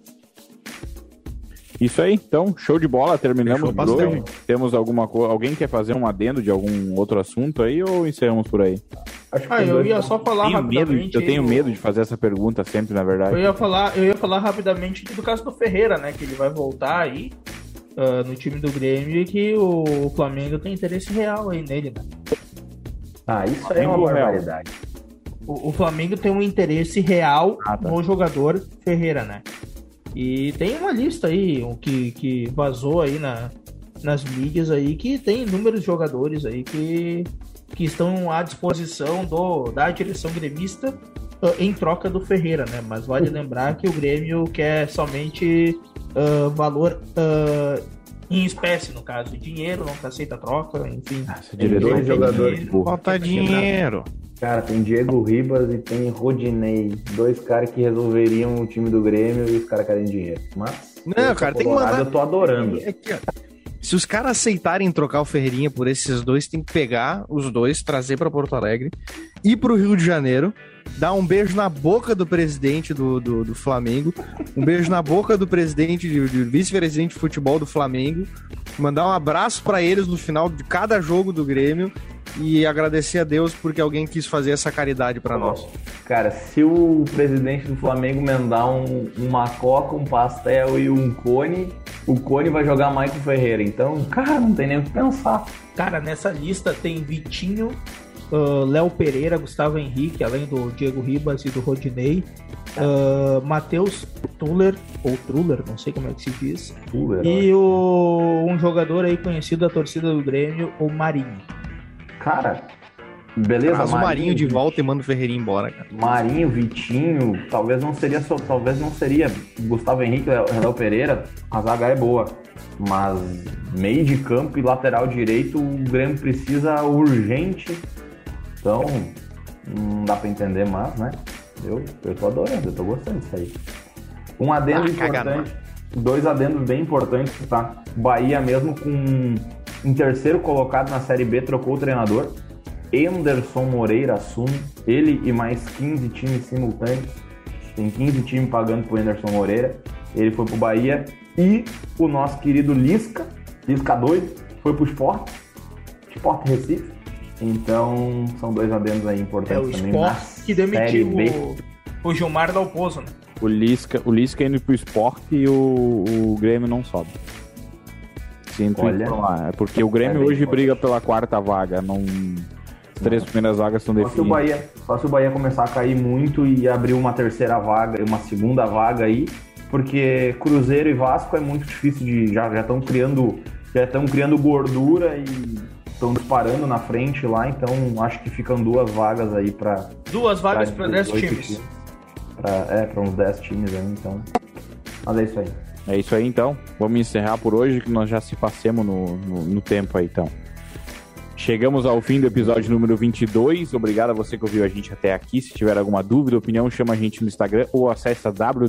[SPEAKER 1] Isso aí, então, show de bola, terminamos por hoje. Temos alguém quer fazer um adendo de algum outro assunto aí ou encerramos por aí?
[SPEAKER 4] Acho que
[SPEAKER 2] eu ia só falar rapidamente.
[SPEAKER 1] Eu tenho medo de fazer essa pergunta sempre, na verdade.
[SPEAKER 2] Eu ia falar rapidamente do caso do Ferreira, né, que ele vai voltar aí no time do Grêmio e que o Flamengo tem interesse real aí nele, né?
[SPEAKER 4] Isso aí é uma barbaridade.
[SPEAKER 2] O Flamengo tem um interesse real no jogador Ferreira, né? E tem uma lista aí que vazou aí nas mídias aí que tem inúmeros jogadores aí que estão à disposição da direção gremista em troca do Ferreira, né? Mas vale lembrar que o Grêmio quer somente valor em espécie, no caso, dinheiro, não aceita troca, enfim.
[SPEAKER 4] Dois jogadores.
[SPEAKER 3] Falta dinheiro.
[SPEAKER 4] Cara, tem Diego Ribas e tem Rodinei. Dois caras que resolveriam o time do Grêmio e os caras querem dinheiro. Mas,
[SPEAKER 3] não, cara, tem que mandar.
[SPEAKER 4] Eu tô adorando.
[SPEAKER 3] Se os caras aceitarem trocar o Ferreirinha por esses dois, tem que pegar os dois, trazer pra Porto Alegre, ir pro Rio de Janeiro, dar um beijo na boca do presidente do Flamengo, um beijo na boca do presidente, do vice-presidente de futebol do Flamengo, mandar um abraço pra eles no final de cada jogo do Grêmio e agradecer a Deus porque alguém quis fazer essa caridade pra nós.
[SPEAKER 4] Cara, se o presidente do Flamengo mandar uma coca, um pastel e um cone, o cone vai jogar mais que o Ferreira. Então, cara, não tem nem o que pensar.
[SPEAKER 2] Cara, nessa lista tem Vitinho, Léo Pereira, Gustavo Henrique, além do Diego Ribas e do Rodinei, Matheus Tuller, ou Truller, não sei como é que se diz, e um jogador aí conhecido da torcida do Grêmio, o Marinho.
[SPEAKER 4] Cara, beleza.
[SPEAKER 3] Traz o Marinho de volta e manda o Ferreirinha embora, cara.
[SPEAKER 4] Marinho, Vitinho, talvez não seria Gustavo Henrique, Léo Pereira, a zaga é boa, mas meio de campo e lateral direito o Grêmio precisa urgente, então não dá pra entender mais, né? Eu tô adorando, eu tô gostando disso aí. Um adendo importante, dois adendos bem importantes, tá? Bahia mesmo em terceiro colocado na Série B, trocou o treinador. Anderson Moreira assume, ele e mais 15 times simultâneos. Tem 15 times pagando pro Anderson Moreira. Ele foi pro Bahia. E o nosso querido Lisca doido, foi pro Sport Recife. Então, são dois adendos aí importantes também.
[SPEAKER 2] O Sport que demitiu o Gilmar Dalpozo, né?
[SPEAKER 1] O Lisca indo pro Sport e o Grêmio não sobe. Olha, porque o Grêmio hoje briga pela quarta vaga. As três primeiras vagas estão definidas.
[SPEAKER 4] Só se o Bahia começar a cair muito e abrir uma terceira vaga, uma segunda vaga aí, porque Cruzeiro e Vasco é muito difícil de. Já estão criando gordura e estão disparando na frente lá, então acho que ficam duas vagas aí para.
[SPEAKER 2] Duas vagas para 10 times.
[SPEAKER 4] Para uns 10 times aí, então. Mas é isso aí.
[SPEAKER 1] É isso aí, então. Vamos encerrar por hoje, que nós já se passemos no tempo aí, então. Chegamos ao fim do episódio número 22. Obrigado a você que ouviu a gente até aqui. Se tiver alguma dúvida, opinião, chama a gente no Instagram ou acessa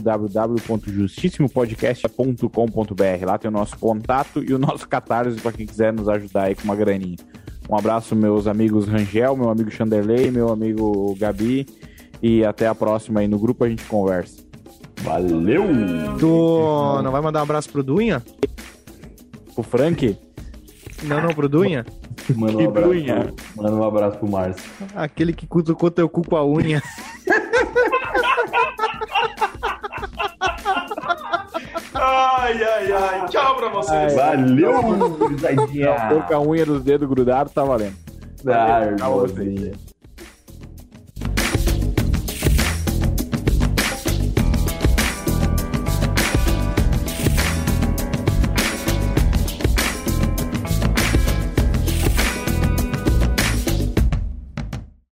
[SPEAKER 1] www.justissimopodcast.com.br. Lá tem o nosso contato e o nosso Catarse para quem quiser nos ajudar aí com uma graninha. Um abraço, meus amigos Rangel, meu amigo Chanderley, meu amigo Gabi. E até a próxima aí no grupo, a gente conversa.
[SPEAKER 4] Valeu!
[SPEAKER 3] Tu não vai mandar um abraço pro Dunha?
[SPEAKER 1] O Frank?
[SPEAKER 3] Não, pro Dunha?
[SPEAKER 4] Manda um abraço pro Márcio.
[SPEAKER 3] Aquele que cutucou teu cu com a unha.
[SPEAKER 2] Ai, Ai. Tchau pra vocês.
[SPEAKER 4] Valeu, gurizadinha.
[SPEAKER 1] Tô com a unha dos dedos grudados, tá valendo.
[SPEAKER 4] Ah,
[SPEAKER 1] Tchau pra vocês.
[SPEAKER 4] irmãozinho.